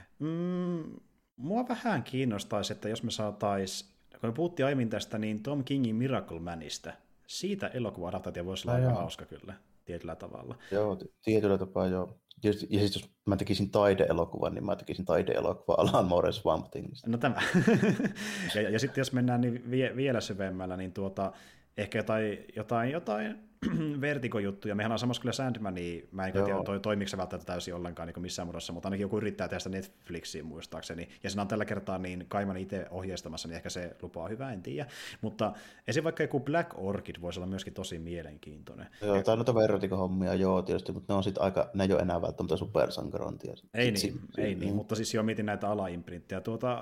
Mua vähän kiinnostaisi, että jos me saataisiin, kun me puhuttiin aiemmin tästä, niin Tom Kingin Miracle Manista, siitä elokuva-adaptaatio voisi olla aika hauska kyllä, tietyllä tavalla. Joo, tietyllä tapaa joo. Ja sitten jos mä tekisin taide-elokuvan, niin mä tekisin taide-elokuvan Alan Mooren Swamp Thingista. No tämä. ja sitten jos mennään niin vielä syvemmällä, niin ehkä jotain Vertigo-juttuja. Mehän on samassa kyllä Sandmania, mä en tiedä, toimiko se välttämättä täysin ollenkaan niin missään muodossa, mutta ainakin joku yrittää tehdä sitä Netflixiin muistaakseni, ja siinä on tällä kertaa niin Kaiman itse ohjeistamassa, niin ehkä se lupaa hyvää, en tiedä. Mutta esim. Vaikka joku Black Orchid voisi olla myöskin tosi mielenkiintoinen. Joo, tai noita Vertigo-hommia, joo, tietysti, mutta ne on sitten ne ei ole enää välttämättä supersankarointia. Ei niin, mutta siis jo mietin näitä alaimprinttiä.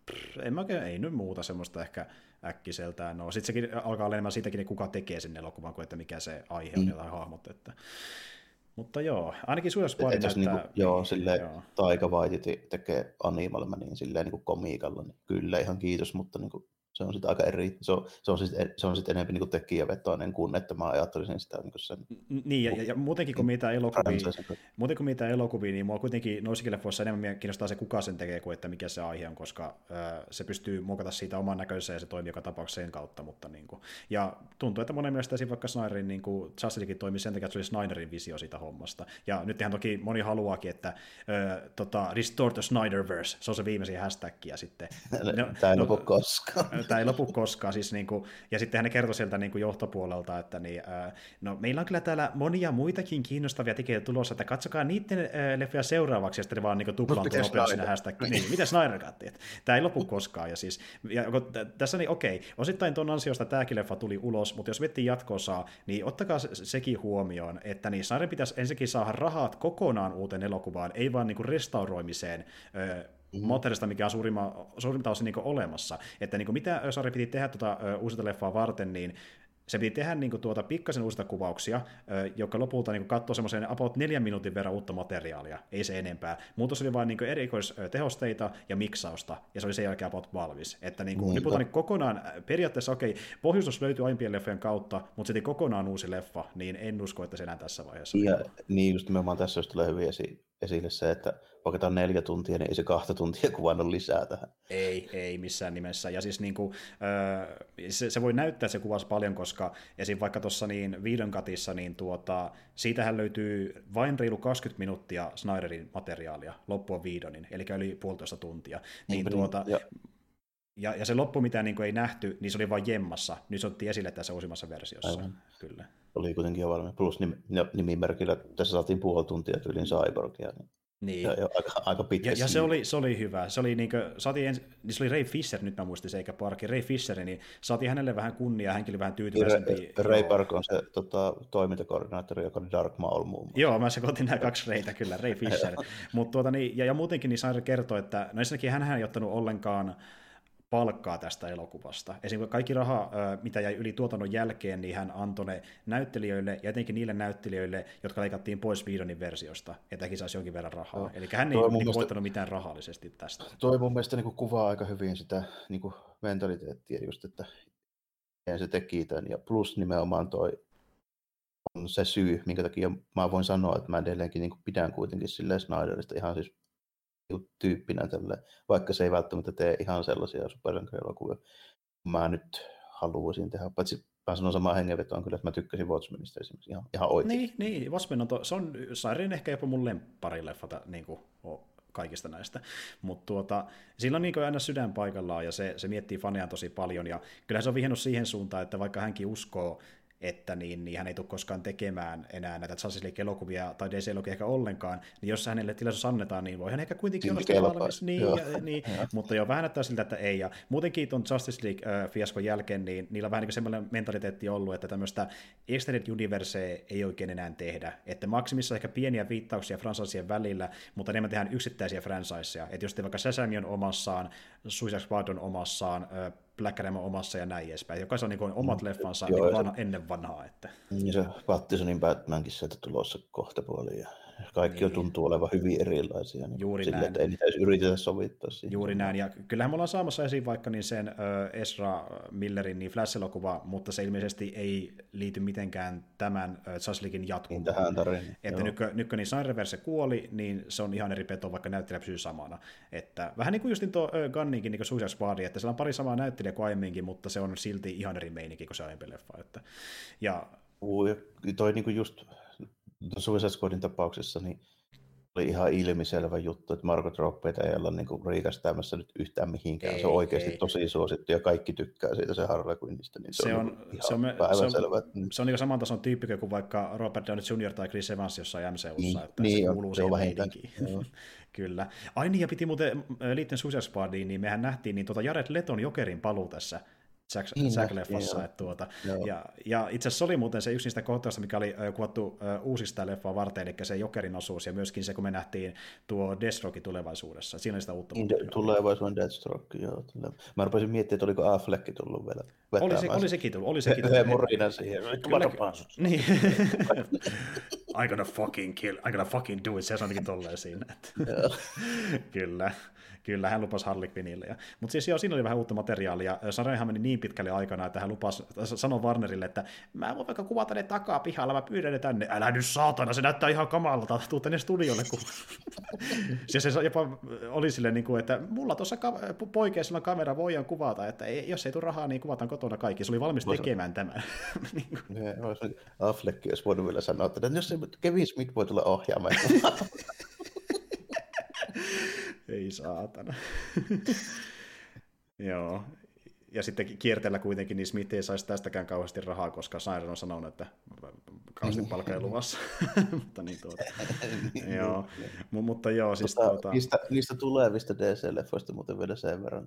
En mä oikein, ei nyt muuta semmoista ehkä äkkiseltään. No, sitten sekin alkaa olemaan siitäkin, että kuka tekee sen elokuvan, kuin että mikä se aihe on tai hahmot. Että. Mutta joo, ainakin Suicide Squad näyttää... Joo, silleen Taika Waititi tekee Animal Manin silleen niin kuin komiikalla, niin kyllä ihan kiitos, mutta niin kuin, se on sitten aika eri, se on sitten enemmän niin tekijävetoinen kuin, että mä ajattelisin sitä niin kuin sen... Niin, ja muutenkin kuin mitä elokuvia, niin mua kuitenkin noissakin leffoissa enemmän kiinnostaa se, kuka sen tekee, kuin että mikä se aihe on, koska se pystyy muokata siitä oman näköisensä ja se toimii joka tapauksessa sen kautta, mutta niin kuin, ja tuntuu, että monen mielestä vaikka Snyderin niin kuin Justice League toimii sen takia, että se oli Snyderin visio siitä hommasta, ja nyt ihan toki moni haluaakin, että Restore the Snyderverse, se on se viimeisin hashtag, ja sitten... Tämä ei lopu koskaan. Tämä ei lopu koskaan, siis niin kuin, ja sitten hän kertoi sieltä niin kuin johtopuolelta, että niin, no, meillä on kyllä täällä monia muitakin kiinnostavia tekijöitä tulossa, että katsokaa niiden leffoja seuraavaksi, ja sitten vaan niin tuplaantuu nopeasti siinä hashtag. Niin, miten Snyder katsoi? Tämä ei lopu koskaan, ja siis, tässä niin okei, osittain tuon ansiosta tämäkin leffa tuli ulos, mutta jos miettii jatko-osaa, niin ottakaa sekin huomioon, että niin Snyder pitäisi ensinnäkin saada rahat kokonaan uuteen elokuvaan, ei vaan niin kuin restauroimiseen, materiaalista, mikä on suurimmalta osin niin olemassa. Että niin mitä Sari piti tehdä uusinta leffaa varten, niin se piti tehdä niin pikkasen uusita kuvauksia, joka lopulta niin katsoo semmoisen about 4 minuutin verran uutta materiaalia, ei se enempää. Muutos oli vain niin erikoistehosteita ja miksausta, ja se oli sen jälkeen about valmis. Että niin nyt puhutaan niin kokonaan, periaatteessa pohjustus löytyy aiempien leffojen kautta, mutta sitten kokonaan uusi leffa, niin en usko, että se enää tässä vaiheessa. Ja niin just nimenomaan tässä jos tulee hyvin esille se, että vaikka tämä on 4 tuntia, niin ei se 2 tuntia kuvannut lisää tähän. Ei missään nimessä. Ja siis niin kuin, se voi näyttää, että se kuvasi paljon, koska esim. Vaikka tuossa niin Whedon Cutissa, niin siitähän löytyy vain reilu 20 minuuttia Snyderin materiaalia, loppu on Whedonin, eli yli 1,5 tuntia. Ja se loppu, mitä niin kuin ei nähty, niin se oli vain jemmassa. Nyt se otti esille tässä uusimmassa versiossa. Kyllä. Oli kuitenkin jo valmiin. Plus nimimerkillä tässä saatiin 0,5 tuntia tyylin Cyborgia. Niin. Ja aika pitkä. Ja se oli hyvä. Se oli, se oli Ray Fisher, nyt mä muistin se eikä Parkin. Ray Fisher, niin saatiin hänelle vähän kunniaa, hänkin oli vähän tyytyväisempi. Ray Park on se toimintakoordinaattori, joka on Dark Maul muun muassa. Joo, mä sekoitin nämä 2 Raytä kyllä, Ray Fisher. Mutta ja muutenkin niin Snyder kertoi, että no ensinnäkin hänhän ei ottanut ollenkaan palkkaa tästä elokuvasta. Esimerkiksi kaikki raha, mitä jäi yli tuotannon jälkeen, niin hän antoi ne näyttelijöille, ja etenkin niille näyttelijöille, jotka leikattiin pois Whedonin versiosta, että hekin saisi jonkin verran rahaa. Eli hän ei voittanut mitään rahallisesti tästä. Toi mun mielestä niin kuvaa aika hyvin sitä niin mentaliteettia just, että se teki tämän, ja plus nimenomaan toi on se syy, minkä takia mä voin sanoa, että mä edelleenkin niin pidän kuitenkin silleen Snyderista ihan siis tyyppinä tälle, vaikka se ei välttämättä tee ihan sellaisia supersankarilokuvia, mä nyt haluaisin tehdä. Paitsi mä sanon samaan hengenvetoon kyllä, että mä tykkäsin Watchmenista esimerkiksi ihan oikein. Niin, Watchmen se on Snyderin ehkä jopa mun lempparileffata niin kuin kaikista näistä, mutta sillä on niin aina sydän paikallaan ja se miettii faneja tosi paljon ja kyllähän se on vihjannut siihen suuntaan, että vaikka hänkin uskoo, että niin hän ei tule koskaan tekemään enää näitä Justice League-elokuvia tai DC-elokuvia ehkä ollenkaan, niin jos hänelle tilaisuus annetaan, niin voi hän ehkä kuitenkin olla valmis. Mutta joo, vähän näyttää siltä, että ei. Ja muutenkin tuon Justice League-fiaskon jälkeen, niin niillä on vähän niin semmoinen mentaliteetti ollut, että tämmöistä Extended Universea ei oikein enää tehdä. Että maksimissa ehkä pieniä viittauksia franchiseen välillä, mutta enemmän tehdään yksittäisiä franchiseja. Että jos te vaikka Shazam on omassaan, Suicide Squad on omassaan, Black Adam on omassa ja näin edespäin. Jokaisen on niin omat leffansa ennen vanhaa. Että. Niin se Pattisonin Batmankin sieltä tulossa kohtapuoliin. Ja kaikki tuntuu olevan hyvin erilaisia. Niin juuri sille, näin. että ei niitä edes yritetä sovittaa siihen. Juuri näin. Ja kyllähän me ollaan saamassa esiin vaikka niin sen Ezra Millerin niin Flash-elokuva, mutta se ilmeisesti ei liity mitenkään tämän Justice Leaguein jatkumaan. Niin tähän tarinaan. Että nyt niin Snyderverse kuoli, niin se on ihan eri peto, vaikka näyttelijä pysyy samana. Että vähän niin kuin justin tuo Gunninkin niin Suicide Squad, että siellä on pari samaa näyttelijää kuin aiemminkin, mutta se on silti ihan eri meininki kuin se aiempi leffa. Että. Ja toi niin kuin just Suicide Squadin tapauksessa niin oli ihan ilmiselvä juttu, että Margot Robbietä ei olla niin riikastämässä nyt yhtään mihinkään. Se on oikeasti tosi suosittu ja kaikki tykkää siitä se Harley Quinnista. Niin se on päivänselvä. Se on niin saman tason tyyppi kuin vaikka Robert Downey Jr. tai Chris Evans jossain MCU:ssa. Että niin, se kuuluu siihen meininkiin. Kyllä. Ai niin, ja piti muuten liittyen Suicide Squadiin, niin mehän nähtiin niin Jared Leton Jokerin paluu tässä Jack-leffassa. Ja itse asiassa oli muuten se yksi niistä kohtaista, mikä oli kuvattu uusista leffaa varten, eli se Jokerin osuus, ja myöskin se, kun me nähtiin tuo Deathstroke tulevaisuudessa. Siinä oli sitä uutta. Tulevaisuuden Deathstroke, joo. Mä rupesin miettimään, että oliko Affleck tullut vielä vetämään. Oli sekin tullut. Yhden murinan siihen. Niin. I'm gonna fucking do it. Se on ainakin tolleen siinä. Kyllä, hän lupasi Harley Quinnille. Mutta siis joo, siinä oli vähän uutta materiaalia. Sarjahan meni niin pitkälle aikana, että hän lupasi sanoa Warnerille, että mä voin vaikka kuvata ne takaa pihalla, mä pyydän ne tänne. Älä nyt saatana, se näyttää ihan kamalalta, tuu tänne studiolle. Ja se jopa oli silleen, että mulla tuossa poikeisella kamera voidaan kuvata, että jos ei tule rahaa, niin kuvataan kotona kaikki. Se oli valmis tekemään tämän. Affleck olisi voinut vielä sanoa, että jos Kevin Smith voi tulla ohjaamaan. Ei saatana. Joo. Ja sitten kiertellä kuitenkin, niin Smith ei saisi tästäkään kauheasti rahaa, koska Snyder on sanonut, että kauheasti palkka ei luvassa. Mutta niin joo. Mutta joo, siis niistä tulevista DC-leffoista muuten vielä sen verran.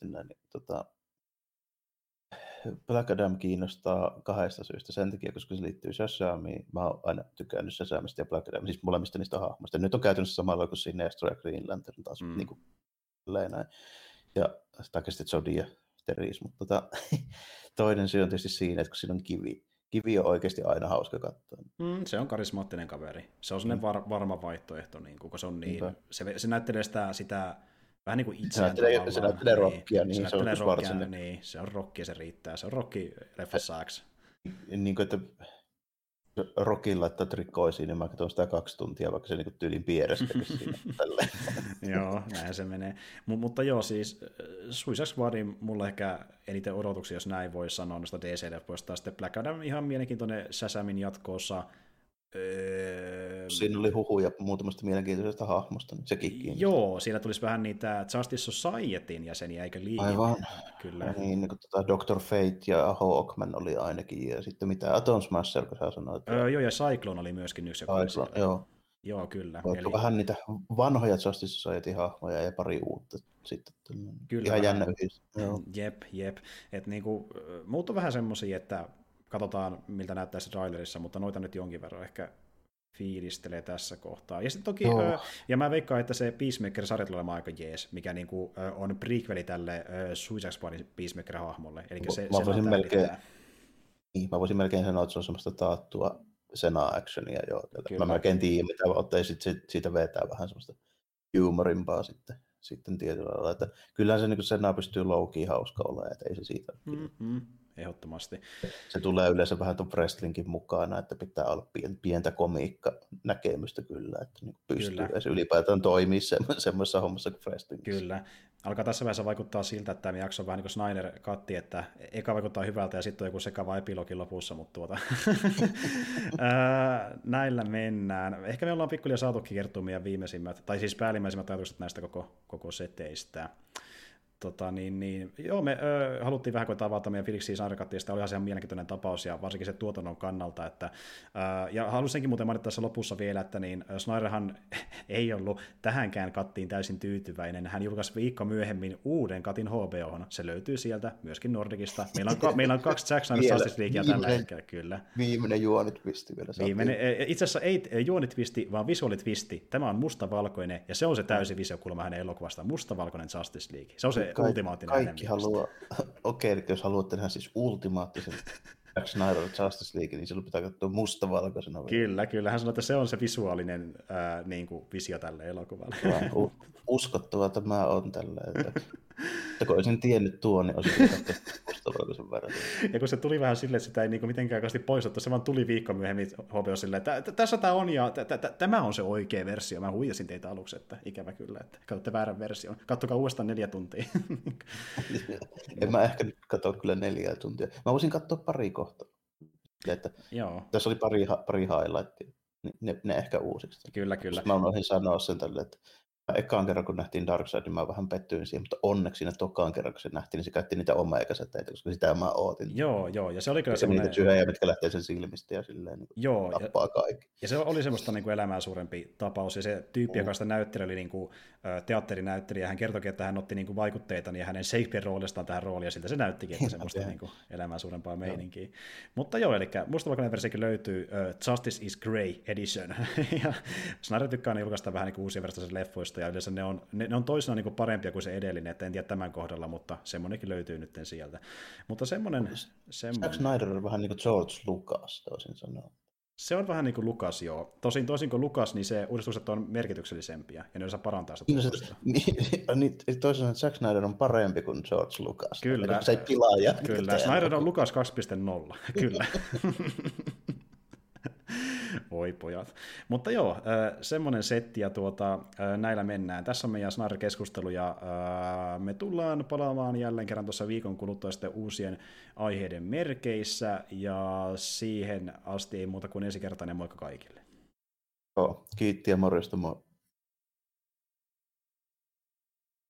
Black Adam kiinnostaa kahdesta syystä. Sen takia, koska se liittyy Shazamiin. Mä oon aina tykännyt Shazamista ja Black Adam, siis molemmista niistä hahmoista. Nyt on käytännössä samalla kuin Sinestro ja Green Lantern taas. Niin kuin, näin. Ja sitä sitten Jodie ja Teris. Mutta toinen syy on tietysti siinä, että kun siinä on kivi. Kivi on oikeasti aina hauska katsoa. Se on karismaattinen kaveri. Se on sellainen varma vaihtoehto, niin, kun se on niin. Se näyttelee sitä vähän niin kuin itseään tavallaan. Se näyttelee rockia, niin se on rockia, niin se on rockia, se riittää. Se on rocki leffassa X. Niin kuin, että Rockin laittaa trikkoisiin, niin mä katson sitä 2 tuntia, vaikka se niin tyylin piereskelisi siinä. Joo, näin se menee. Mutta joo, siis Suicide Squadin mulla ehkä eniten odotuksia, jos näin voi sanoa noista DC-leffoista. Sitten Black Adam ihan mielenkiintoinen Shazamin jatkoossa. Siinä oli huhuja muutamasta mielenkiintoisesta hahmosta, niin sekin kiinnostaa. Joo, siinä tulisi vähän niitä Justice Societyn jäseniä, eikö liikaa? Aivan. Kyllä. Niin kuin Dr. Fate ja Hawkman oli ainakin, ja sitten mitä Atom Smasher, kun sä sanoit. Joo, ja Cyclone oli myöskin yksi. Joo, kyllä. Eli vähän niitä vanhoja Justice Society-hahmoja ja pari uutta sitten. Kyllä, ihan jännä yhdessä. Jep. Että niinku, muut on vähän semmosia, että katsotaan, miltä näyttää se trailerissa, mutta noita nyt jonkin verran ehkä fiilistelee tässä kohtaa. Ja sitten toki, ja mä veikkaan, että se Peacemaker-sarja tulee olemaan aika jees, mikä niinku on prequeli tälle Suicide Squadin Peacemaker-hahmolle. Eli mä voisin melkein sanoa, että se on semmoista taattua Sena-actionia jo. Mä melkein tiedän, mitä ottaa, ja sitten siitä vetää vähän semmoista humorimpaa sitten tietyllä lailla. Että kyllähän se niin Sena pystyy low-key hauska olemaan, että ei se siitä. Ehdottomasti. Se tulee yleensä vähän tuon wrestlingin mukana, että pitää olla pientä komiikka-näkemystä kyllä, että niin pystyy edes ylipäätään toimii semmoisessa hommassa kuin wrestling. Kyllä. Alkaa tässä vaiheessa vaikuttaa siltä, että tämä jakso on vähän niin kuin Snyder katti, että eka vaikuttaa hyvältä ja sitten on joku sekava epilogin lopussa, mutta näillä mennään. Ehkä me ollaan pikkulia saatukin kertoa meidän viimeisimmät, tai siis päällimmäisimmät ajatukset näistä koko seteistä. Joo, me haluttiin vähän koittaa avata meidän fiiliksiä Snyder-kattiista, olihan se ihan mielenkiintoinen tapaus, ja varsinkin se tuotannon kannalta, ja halusinkin muuten mainita tässä lopussa vielä, että Snyderhan ei ollut tähänkään kattiin täysin tyytyväinen, hän julkaisi viikko myöhemmin uuden katin HBO:hon, se löytyy sieltä, myöskin Nordicista, meillä on 2 Zack Snyder Justice Leaguea tällä hetkellä, kyllä. Viimeinen juonitvisti vielä. Itse asiassa ei juonitvisti, vaan visuaalitvisti, tämä on mustavalkoinen, ja se on se täysi visiokulma hänen elokuvasta, mustavalkoinen Justice League, se on se ultimaattinen kaikki haluaa, okei, jos haluatte tehdä siis ultimaattisen Zack Snyder Justice League, niin silloin pitää katsoa mustavalkoisena. Kyllä, hän sanoi, että se on se visuaalinen niin kuin visio tälle elokuvalle. Uskottavaa, että mä oon tällä. Että kun olisin tiennyt tuon, niin olisin katsoa mustavalkoisen verran. Ja kun se tuli vähän silleen, että sitä ei niin mitenkään kauheasti poistettu, se vaan tuli viikko myöhemmin HBO silleen, että tässä tämä on ja tämä on se oikea versio. Mä huijasin teitä aluksi, että ikävä kyllä, että katsotte väärän version. Katsokaa uudestaan 4 tuntia. En mä ehkä nyt katso kyllä 4 tuntia. Mä voisin katsoa pari kohtaa. Että tässä oli pari highlightia. Ne ehkä uusiksi. Kyllä. Mä unohdin sanoa sen tälle, että Ekaan kerran, kun nähtiin Darkseid, niin mä vähän pettyin siihen, mutta onneksi siinä tokaan kerran, kun se nähtiin, niin se käytti niitä omega-säteitä, koska sitä mä ootin. Joo, ja se oli kyllä semmoinen... Niitä syöjä, mitkä lähtee sen silmistä ja silleen niin tappaa kaikki. Ja se oli semmoista niin kuin elämää suurempi tapaus, ja se tyyppi, joka sitä näytteli, oli niin kuin, teatterinäyttelijä, ja hän kertoi, että hän otti niin kuin vaikutteita ja hänen Shakespeare-roolistaan tähän rooliin, ja siltä se näyttikin, että semmoista niin kuin elämää suurempaa meininkiä. Mutta joo, eli mustavalkoinen versiokin löytyy Justice is Grey Edition, ja Snyder tykkää julkaista vähän niin kuin uusia versioita leffoista, ja yleensä ne on toisinaan niin kuin parempia kuin se edellinen, että en tiedä tämän kohdalla, mutta semmoinenkin löytyy nyt sieltä. Mutta semmoinen... Zack Snyder on vähän niin kuin George Lucas, toisin sanoen. Se on vähän niin kuin Lucas, joo. Toisin kuin Lucas, niin se uudistukset on merkityksellisempiä, ja ne osaa parantaa sitä tulosta. Toisin sanoen Zack Snyder on parempi kuin George Lucas. Kyllä. Se ei pilaa Kyllä, Snyder on Lucas 2.0, kyllä. Oi pojat. Mutta joo, semmoinen setti, ja näillä mennään. Tässä on meidän Snyder-keskustelu, ja me tullaan palaamaan jälleen kerran tuossa viikon kuluttua sitten uusien aiheiden merkeissä, ja siihen asti ei muuta kuin ensi kertaan, ja moikka kaikille. Joo, kiitti ja morjesta, moi.